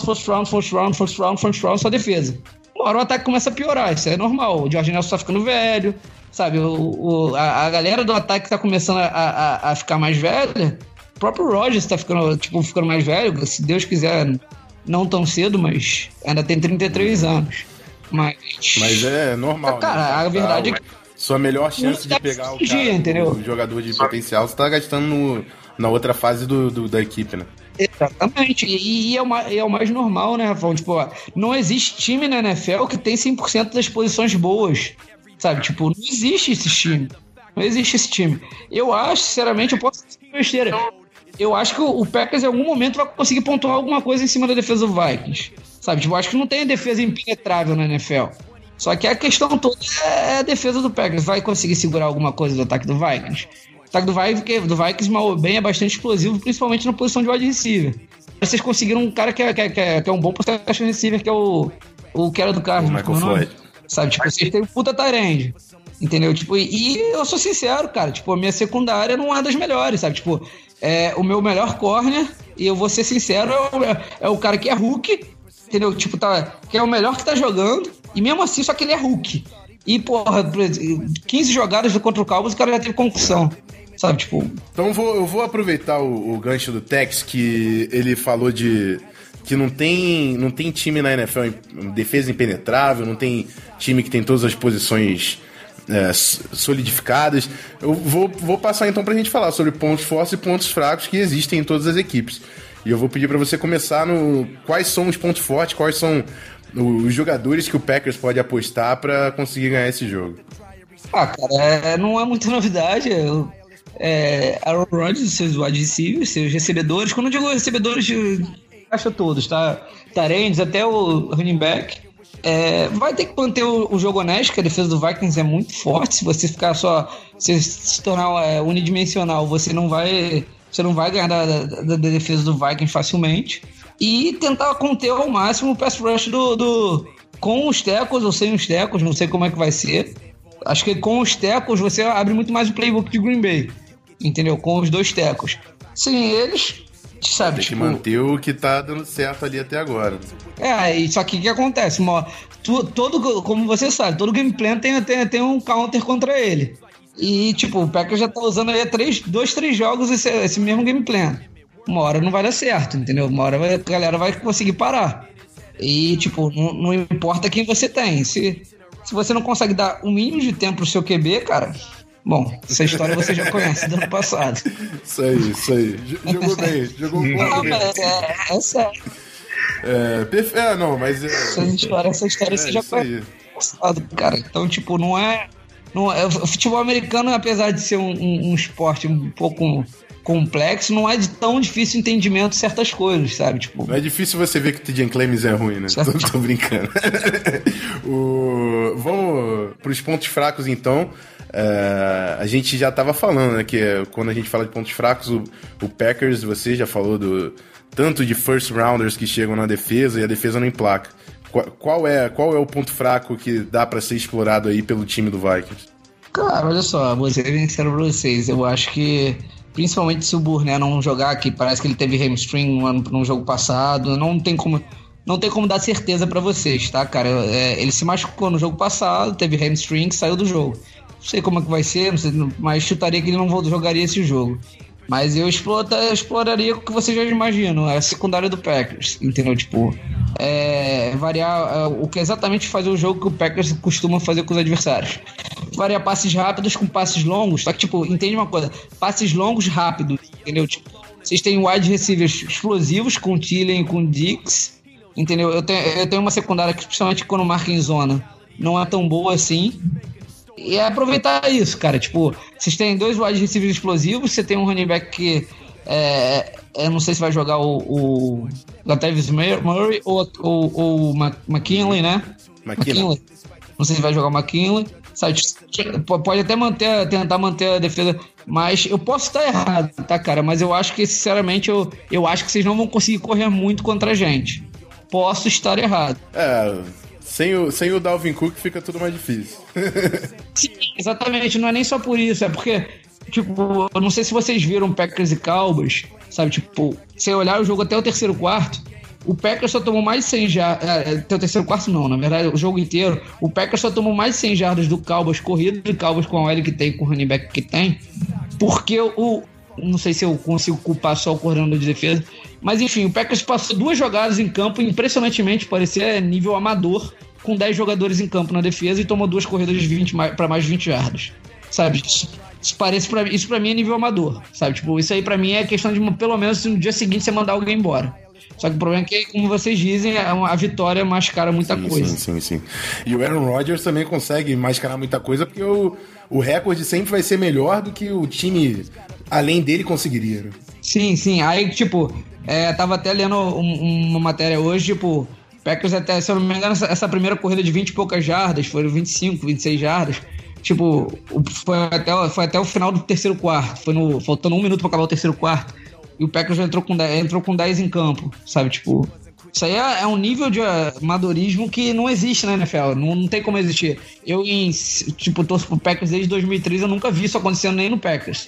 Speaker 7: só defesa. Uma hora o ataque começa a piorar, isso é normal. O Jorge Nelson tá ficando velho, sabe? A galera do ataque tá começando a ficar mais velha. O próprio Rodgers tá ficando mais velho, se Deus quiser, não tão cedo, mas ainda tem 33 anos.
Speaker 4: Mas é normal.
Speaker 7: Cara, né? A verdade é que
Speaker 4: sua melhor chance de pegar o jogador de potencial, você tá gastando na outra fase da equipe, né?
Speaker 7: Exatamente. E é o mais normal, né, Rafael? Tipo, não existe time na NFL que tem 100% das posições boas, sabe? Tipo, não existe esse time. Não existe esse time. Eu acho, sinceramente, eu posso dizer besteira. Eu acho que o Packers em algum momento vai conseguir pontuar alguma coisa em cima da defesa do Vikings, sabe? Tipo, eu acho que não tem defesa impenetrável na NFL. Só que a questão toda é a defesa do Packers. Vai conseguir segurar alguma coisa do ataque do Vikings? O ataque do Vikings, mal bem, é bastante explosivo, principalmente na posição de wide receiver. Vocês conseguiram um cara que é um bom protection receiver, que é o que era do Carlos.
Speaker 4: O Michael Floyd.
Speaker 7: Sabe, tipo, vocês têm um puta tight end. Entendeu? Tipo, e eu sou sincero, cara, tipo, a minha secundária não é das melhores, sabe? Tipo, o meu melhor corner, e eu vou ser sincero, é o cara que é Hulk, entendeu? Tipo, que é o melhor que tá jogando, e mesmo assim, só que ele é Hulk. E, porra, 15 jogadas contra o Cowboys, o cara já teve concussão. Sabe, tipo...
Speaker 4: Então eu vou aproveitar o gancho do Tex, que ele falou de... que não tem time na NFL em defesa impenetrável, não tem time que tem todas as posições solidificadas. Eu vou passar então pra gente falar sobre pontos fortes e pontos fracos que existem em todas as equipes. E eu vou pedir pra você começar no... quais são os pontos fortes, quais são os jogadores que o Packers pode apostar pra conseguir ganhar esse jogo.
Speaker 7: Cara, não é muita novidade. Aaron Rodgers, seus wide receivers, seus recebedores. Quando eu digo recebedores, acha todos, tá? Tarendes, até o running back. Vai ter que manter o jogo honesto, que a defesa do Vikings é muito forte. Se você ficar se tornar unidimensional, você não vai ganhar da defesa do Vikings facilmente. E tentar conter ao máximo o pass rush com os tackles ou sem os tackles, não sei como é que vai ser. Acho que com os tackles você abre muito mais o playbook de Green Bay, entendeu? Com os 2 tackles. Sem eles, sabe?
Speaker 4: Tem que manter o que tá dando certo ali até agora.
Speaker 7: Só que o que acontece? Como você sabe, todo game plan tem um counter contra ele. E, tipo, o Packers já tá usando aí 2, 3 jogos esse mesmo game plan. Uma hora não vai dar certo, entendeu? Uma hora a galera vai conseguir parar. E, tipo, não importa quem você tem. Se você não consegue dar o mínimo de tempo pro seu QB, cara... Bom, essa história você já conhece do ano passado.
Speaker 4: Isso aí. Jogou bem, jogou um pouco bem.
Speaker 7: É sério.
Speaker 4: Não, mas...
Speaker 7: Essa história você já conhece do passado, cara. Então, tipo, não é... O futebol americano, apesar de ser um esporte um pouco complexo, não é de tão difícil entendimento certas coisas, sabe? Tipo...
Speaker 4: Não é difícil você ver que o TJ Clemens é ruim, né? Tô brincando. Vamos pros pontos fracos, então. A gente já tava falando, né? Que quando a gente fala de pontos fracos, o Packers, você já falou tanto de first rounders que chegam na defesa e a defesa não emplaca. Qual é o ponto fraco que dá pra ser explorado aí pelo time do Vikings?
Speaker 7: Cara, olha só, vou ser sincero pra vocês. Eu acho que, principalmente se o Burnett não jogar, que parece que ele teve hamstring no jogo passado, não tem como dar certeza pra vocês, tá, cara? Ele se machucou no jogo passado, teve hamstring, saiu do jogo. Não sei como é que vai ser, não sei, mas chutaria que ele não jogaria esse jogo. Mas eu exploraria o que vocês já imaginam, a secundária do Packers, entendeu? Tipo, variar o que exatamente fazer o jogo que o Packers costuma fazer com os adversários. Variar passes rápidos com passes longos, só que, tipo, entende uma coisa, passes longos rápidos, entendeu? Tipo, vocês têm wide receivers explosivos com o Thielen e com o Dix, entendeu? Eu tenho uma secundária que, principalmente quando marca em zona, não é tão boa assim. E aproveitar isso, cara. Tipo, vocês têm 2 wide receivers explosivos, você tem um running back que eu não sei se vai jogar o Latavius Murray ou o McKinley, né? McKinley. Não sei se vai jogar o McKinley. Sabe, pode até tentar manter a defesa, mas eu posso estar errado, tá, cara? Mas eu acho que, sinceramente, eu acho que vocês não vão conseguir correr muito contra a gente. Posso estar errado.
Speaker 4: Sem o Dalvin Cook fica tudo mais difícil.
Speaker 7: Sim, exatamente. Não é nem só por isso. É porque, tipo, eu não sei se vocês viram Packers e Cowboys, sabe? Tipo, se olhar o jogo até o terceiro quarto, o Packers só tomou mais de 100 jardas. Até o terceiro quarto não, na verdade, o jogo inteiro. O Packers só tomou mais de 100 jardas do Cowboys, corrido do Cowboys com a OL que tem, com o running back que tem. Porque não sei se eu consigo culpar só o coordenador de defesa. Mas enfim, o Packers passou 2 jogadas em campo, impressionantemente, parecia nível amador, com 10 jogadores em campo na defesa e tomou 2 corridas para mais de 20 jardas. Sabe? Isso pra mim é nível amador. Sabe? Tipo, isso aí pra mim é questão de, pelo menos, no dia seguinte você mandar alguém embora. Só que o problema é que, como vocês dizem, a vitória mascara muita coisa.
Speaker 4: Sim. E o Aaron Rodgers também consegue mascarar muita coisa, porque o recorde sempre vai ser melhor do que o time além dele conseguiria. Né?
Speaker 7: Sim. Aí, tipo, tava até lendo uma matéria hoje, tipo, Packers até, se eu não me engano, essa primeira corrida de 20 e poucas jardas, foram 25, 26 jardas. Tipo, foi até o final do terceiro quarto. Faltando 1 minuto pra acabar o terceiro quarto. E o Packers já entrou com 10 em campo, sabe? Tipo, isso aí é um nível de amadorismo que não existe na NFL. Não tem como existir. Eu, torço pro Packers desde 2003, eu nunca vi isso acontecendo nem no Packers.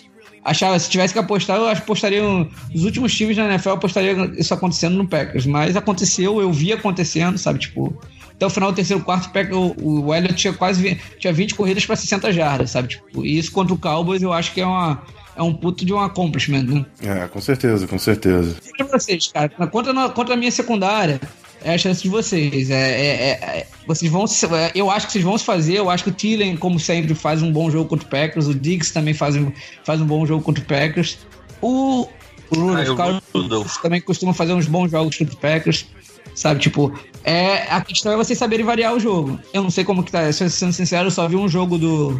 Speaker 7: se tivesse que apostar, eu apostaria nos últimos times da NFL, eu apostaria isso acontecendo no Packers. Mas aconteceu, eu vi acontecendo, sabe? Tipo, até o final do terceiro quarto, o Elliott tinha 20 corridas para 60 jardas, sabe? Tipo, e isso contra o Cowboys eu acho que é um puto de um accomplishment, né?
Speaker 4: Com certeza, com certeza.
Speaker 7: Para vocês, cara, contra a minha secundária, é a chance de vocês. Vocês vão, eu acho que vocês vão se fazer. Eu acho que o Thielen, como sempre, faz um bom jogo contra o Packers. O Diggs também faz um bom jogo contra o Packers. O Rudolph também costuma fazer uns bons jogos contra o Packers. Sabe, tipo, a questão é vocês saberem variar o jogo. Eu não sei como que tá, sendo sincero, eu só vi um jogo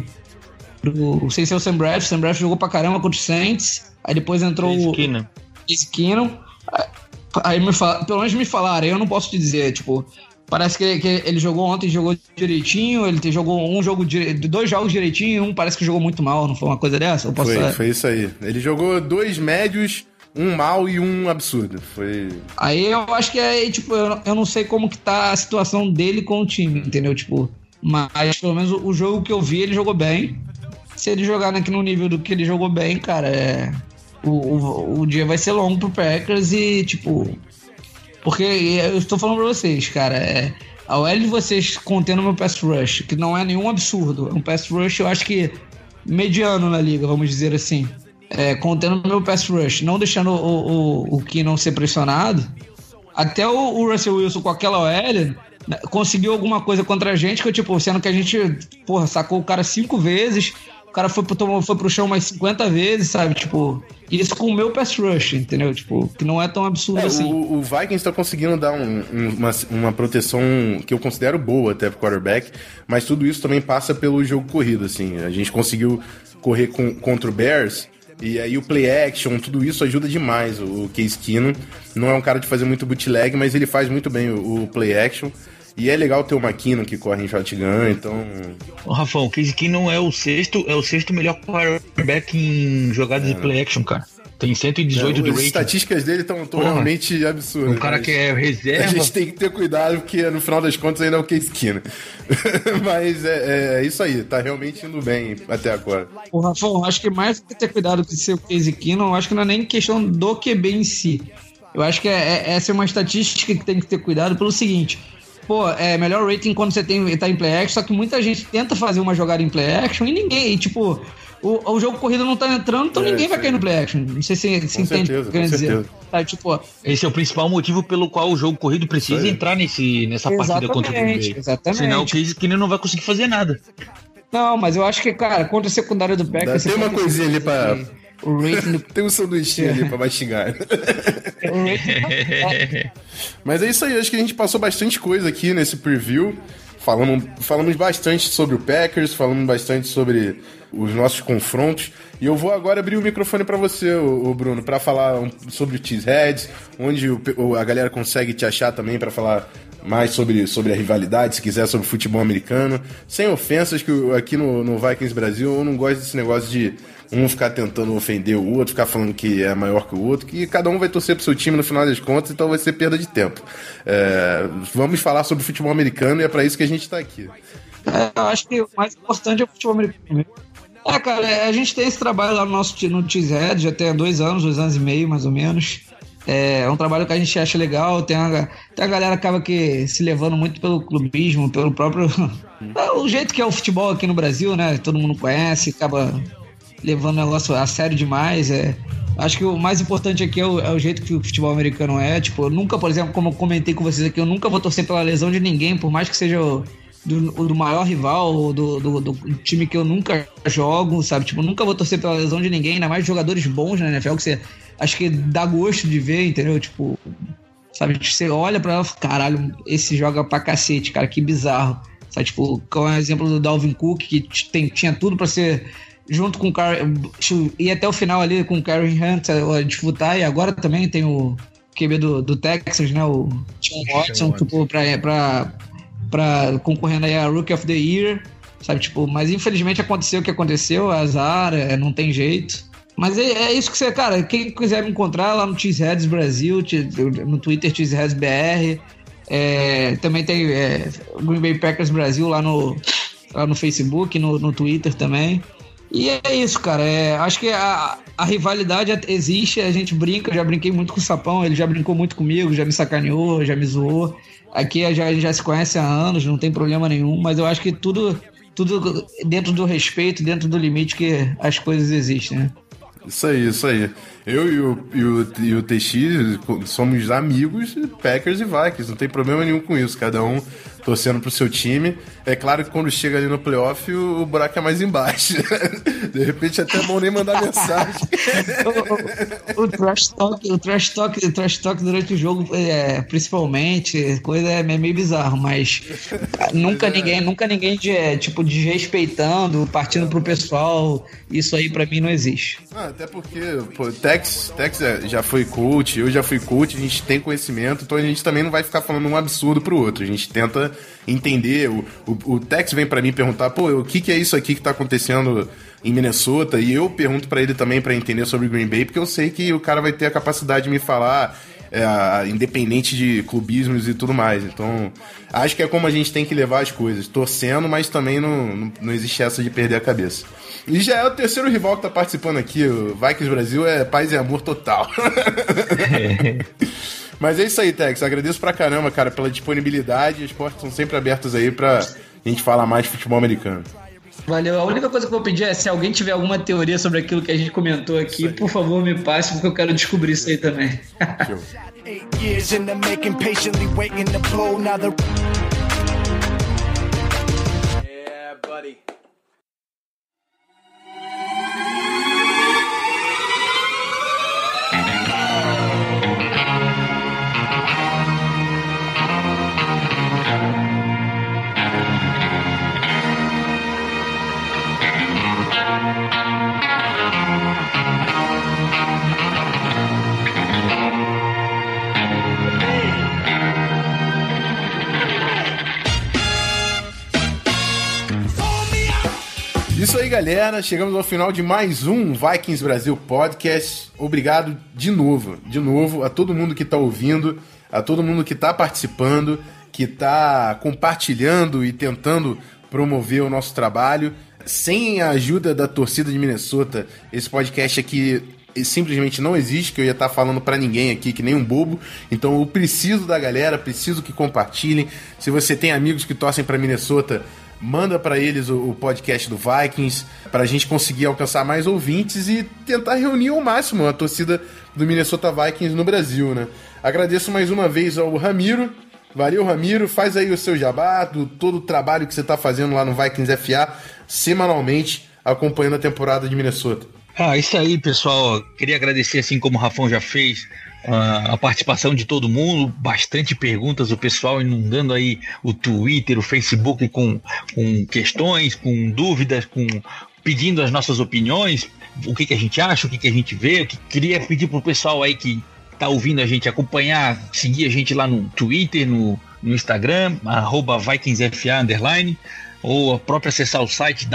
Speaker 7: sem ser o Sam Bradford. O Sam Bradford jogou pra caramba contra o Saints. Aí depois entrou o Case Keenum. Aí pelo menos me falaram, eu não posso te dizer, tipo, parece que ele jogou ontem, jogou direitinho, ele jogou dois jogos direitinho, um parece que jogou muito mal, não foi uma coisa dessa?
Speaker 4: Foi isso aí. Ele jogou 2 médios, um mal e um absurdo. Foi.
Speaker 7: Aí eu acho que tipo, eu não sei como que tá a situação dele com o time, entendeu? Tipo, mas pelo menos o jogo que eu vi, ele jogou bem. Se ele jogar aqui no nível do que ele jogou bem, cara, o dia vai ser longo pro Packers e, tipo... Porque eu estou falando pra vocês, cara, a OL de vocês contendo o meu pass rush, que não é nenhum absurdo, é um pass rush, eu acho que mediano na liga, vamos dizer assim. Contendo o meu pass rush, não deixando o Keenum ser pressionado, até o Russell Wilson com aquela OL conseguiu alguma coisa contra a gente, que tipo, sendo que a gente, sacou o cara 5 vezes, o cara foi pro chão mais 50 vezes, sabe? Tipo, isso com o meu pass rush, entendeu? Tipo, que não é tão absurdo assim.
Speaker 4: O Vikings tá conseguindo dar uma proteção que eu considero boa até pro quarterback, mas tudo isso também passa pelo jogo corrido, assim. A gente conseguiu correr contra o Bears, e aí o play action, tudo isso ajuda demais. O Case Keenum não é um cara de fazer muito bootleg, mas ele faz muito bem o play action. E é legal ter o McKinnon que corre em shotgun, então...
Speaker 5: Rafão, o Case Keenum é o sexto melhor quarterback em jogadas de play action, cara. Tem 118 de rating.
Speaker 4: As estatísticas dele estão realmente absurdas.
Speaker 5: Um cara que é reserva...
Speaker 4: A gente tem que ter cuidado, porque no final das contas ainda é o Case Keenum. Mas é isso aí, tá realmente indo bem até agora.
Speaker 7: O Rafão, acho que mais do que ter cuidado com ser o Case Keenum, eu acho que não é nem questão do QB em si. Eu acho que essa é uma estatística que tem que ter cuidado pelo seguinte... é melhor rating quando você tá em play action, só que muita gente tenta fazer uma jogada em play action e ninguém, tipo, o jogo corrido não tá entrando, então ninguém vai cair no play action. Não sei se entende o que eu quero dizer. Tá, tipo,
Speaker 5: esse é o principal motivo pelo qual o jogo corrido precisa entrar nessa partida contra o Green Bay.
Speaker 7: Exatamente.
Speaker 5: Senão o Case Keenum não vai conseguir fazer nada.
Speaker 7: Não, mas eu acho que, cara, contra a secundária do Packers...
Speaker 4: Tem uma coisinha ali pra...
Speaker 7: O rating
Speaker 4: Tem um sanduíche ali pra mastigar. Mas é isso aí, acho que a gente passou bastante coisa aqui nesse preview. Falamos bastante sobre o Packers, falamos bastante sobre os nossos confrontos. E eu vou agora abrir o microfone para você, o Bruno, para falar sobre o Cheeseheads, onde a galera consegue te achar também para falar mais sobre a rivalidade, se quiser, sobre futebol americano. Sem ofensas, que aqui no Vikings Brasil eu não gosto desse negócio de um ficar tentando ofender o outro, ficar falando que é maior que o outro, que cada um vai torcer pro seu time no final das contas, então vai ser perda de tempo. Vamos falar sobre futebol americano e é para isso que a gente tá aqui.
Speaker 7: Eu acho que o mais importante é o futebol americano. Cara, a gente tem esse trabalho lá no Cheesehead já tem 2 anos e meio, mais ou menos. É um trabalho que a gente acha legal. Tem a galera que acaba se levando muito pelo clubismo, pelo próprio... o jeito que é o futebol aqui no Brasil, né? Todo mundo conhece, acaba levando o negócio a sério demais. Acho que o mais importante aqui é o jeito que o futebol americano é. Tipo, eu nunca, por exemplo, como eu comentei com vocês aqui, eu nunca vou torcer pela lesão de ninguém, por mais que seja do maior rival, ou do time que eu nunca jogo, sabe? Tipo, nunca vou torcer pela lesão de ninguém, ainda mais jogadores bons na NFL, que você acho que dá gosto de ver, entendeu? Tipo, sabe? Você olha pra ela e fala, caralho, esse joga pra cacete, cara, que bizarro. Sabe? Tipo, com o exemplo do Dalvin Cook, que tinha tudo pra ser junto com o e até o final ali com o Karen Hunt a disputar, e agora também tem o QB do Texas, né? O Sean Watson, tipo, pra concorrendo aí a Rookie of the Year, sabe? Tipo, mas infelizmente aconteceu o que aconteceu, azar, não tem jeito. Mas é isso que você, cara, quem quiser me encontrar lá no Cheeseheads Brasil, no Twitter Cheeseheads BR, também tem Green Bay Packers Brasil lá no Facebook, no Twitter também. E é isso, cara. Acho que a rivalidade existe, a gente brinca. Eu já brinquei muito com o Sapão, ele já brincou muito comigo, já me sacaneou, já me zoou. Aqui a gente já se conhece há anos, não tem problema nenhum, mas eu acho que tudo dentro do respeito, dentro do limite que as coisas existem, né?
Speaker 4: Isso aí. Eu e o TX somos amigos, Packers e Vikings, não tem problema nenhum com isso, cada um torcendo pro seu time. É claro que quando chega ali no playoff, o buraco é mais embaixo. De repente até é bom nem mandar mensagem.
Speaker 7: O trash talk durante o jogo, principalmente, coisa é meio bizarro, mas nunca ninguém desrespeitando, partindo pro pessoal, isso aí pra mim não existe.
Speaker 4: Até porque, pô, Tex já foi coach, eu já fui coach, a gente tem conhecimento, então a gente também não vai ficar falando um absurdo pro outro, a gente tenta entender. O Tex vem pra mim perguntar, pô, o que é isso aqui que tá acontecendo em Minnesota, e eu pergunto pra ele também pra entender sobre Green Bay, porque eu sei que o cara vai ter a capacidade de me falar, independente de clubismos e tudo mais. Então, acho que é como a gente tem que levar as coisas, torcendo, mas também não existe essa de perder a cabeça. E já é o terceiro rival que tá participando aqui, o Vikings Brasil é paz e amor total. Mas é isso aí, Tex, agradeço pra caramba, cara, pela disponibilidade, as portas estão sempre abertas aí pra gente falar mais de futebol americano.
Speaker 7: Valeu. A única coisa que eu vou pedir é, se alguém tiver alguma teoria sobre aquilo que a gente comentou aqui, por favor, me passe, porque eu quero descobrir isso aí também.
Speaker 6: 8 years in the making, patiently waiting to blow. Now the yeah, buddy.
Speaker 4: Isso aí, galera, chegamos ao final de mais um Vikings Brasil Podcast. Obrigado de novo a todo mundo que tá ouvindo, a todo mundo que tá participando, que tá compartilhando e tentando promover o nosso trabalho. Sem a ajuda da torcida de Minnesota, esse podcast aqui simplesmente não existe, que eu ia estar falando pra ninguém aqui, que nem um bobo. Então eu preciso da galera, preciso que compartilhem. Se você tem amigos que torcem pra Minnesota, manda pra eles o podcast do Vikings, pra gente conseguir alcançar mais ouvintes e tentar reunir ao máximo a torcida do Minnesota Vikings no Brasil, né? Agradeço mais uma vez ao Ramiro. Valeu, Ramiro. Faz aí o seu jabá, todo o trabalho que você tá fazendo lá no Vikings FA, semanalmente, acompanhando a temporada de Minnesota.
Speaker 5: Isso aí, pessoal. Queria agradecer, assim como o Rafão já fez, a participação de todo mundo, bastante perguntas, o pessoal inundando aí o Twitter, o Facebook com questões, com dúvidas, pedindo as nossas opiniões, o que a gente acha, o que a gente vê. Queria pedir pro pessoal aí que tá ouvindo a gente acompanhar, seguir a gente lá no Twitter, no Instagram, @VikingsFA_, ou próprio acessar o site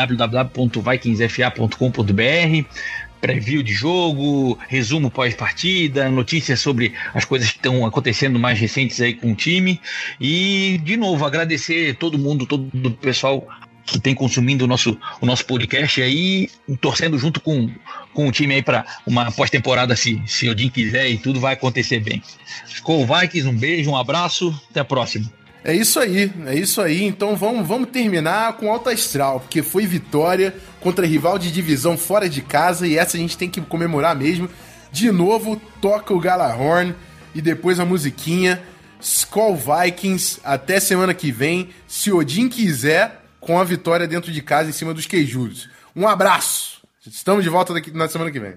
Speaker 5: www.vikingsfa.com.br, preview de jogo, resumo pós-partida, notícias sobre as coisas que estão acontecendo mais recentes aí com o time. E, de novo, agradecer todo o pessoal que tem consumindo o nosso podcast aí, torcendo junto com o time aí para uma pós-temporada, se Odin quiser, e tudo vai acontecer bem. Ficou o Vikings, um beijo, um abraço, até a próxima.
Speaker 4: É isso aí. Então vamos terminar com alto astral, porque foi vitória contra rival de divisão fora de casa, e essa a gente tem que comemorar mesmo. De novo, toca o Galahorn e depois a musiquinha. Skol Vikings, até semana que vem, se Odin quiser, com a vitória dentro de casa em cima dos queijudos. Um abraço! Estamos de volta na semana que vem.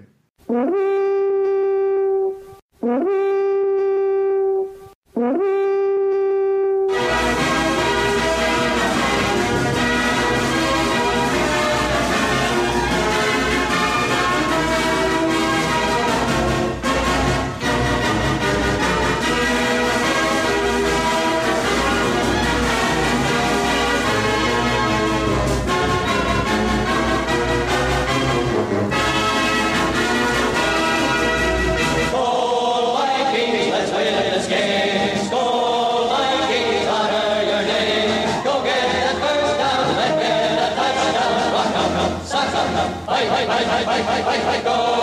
Speaker 6: go.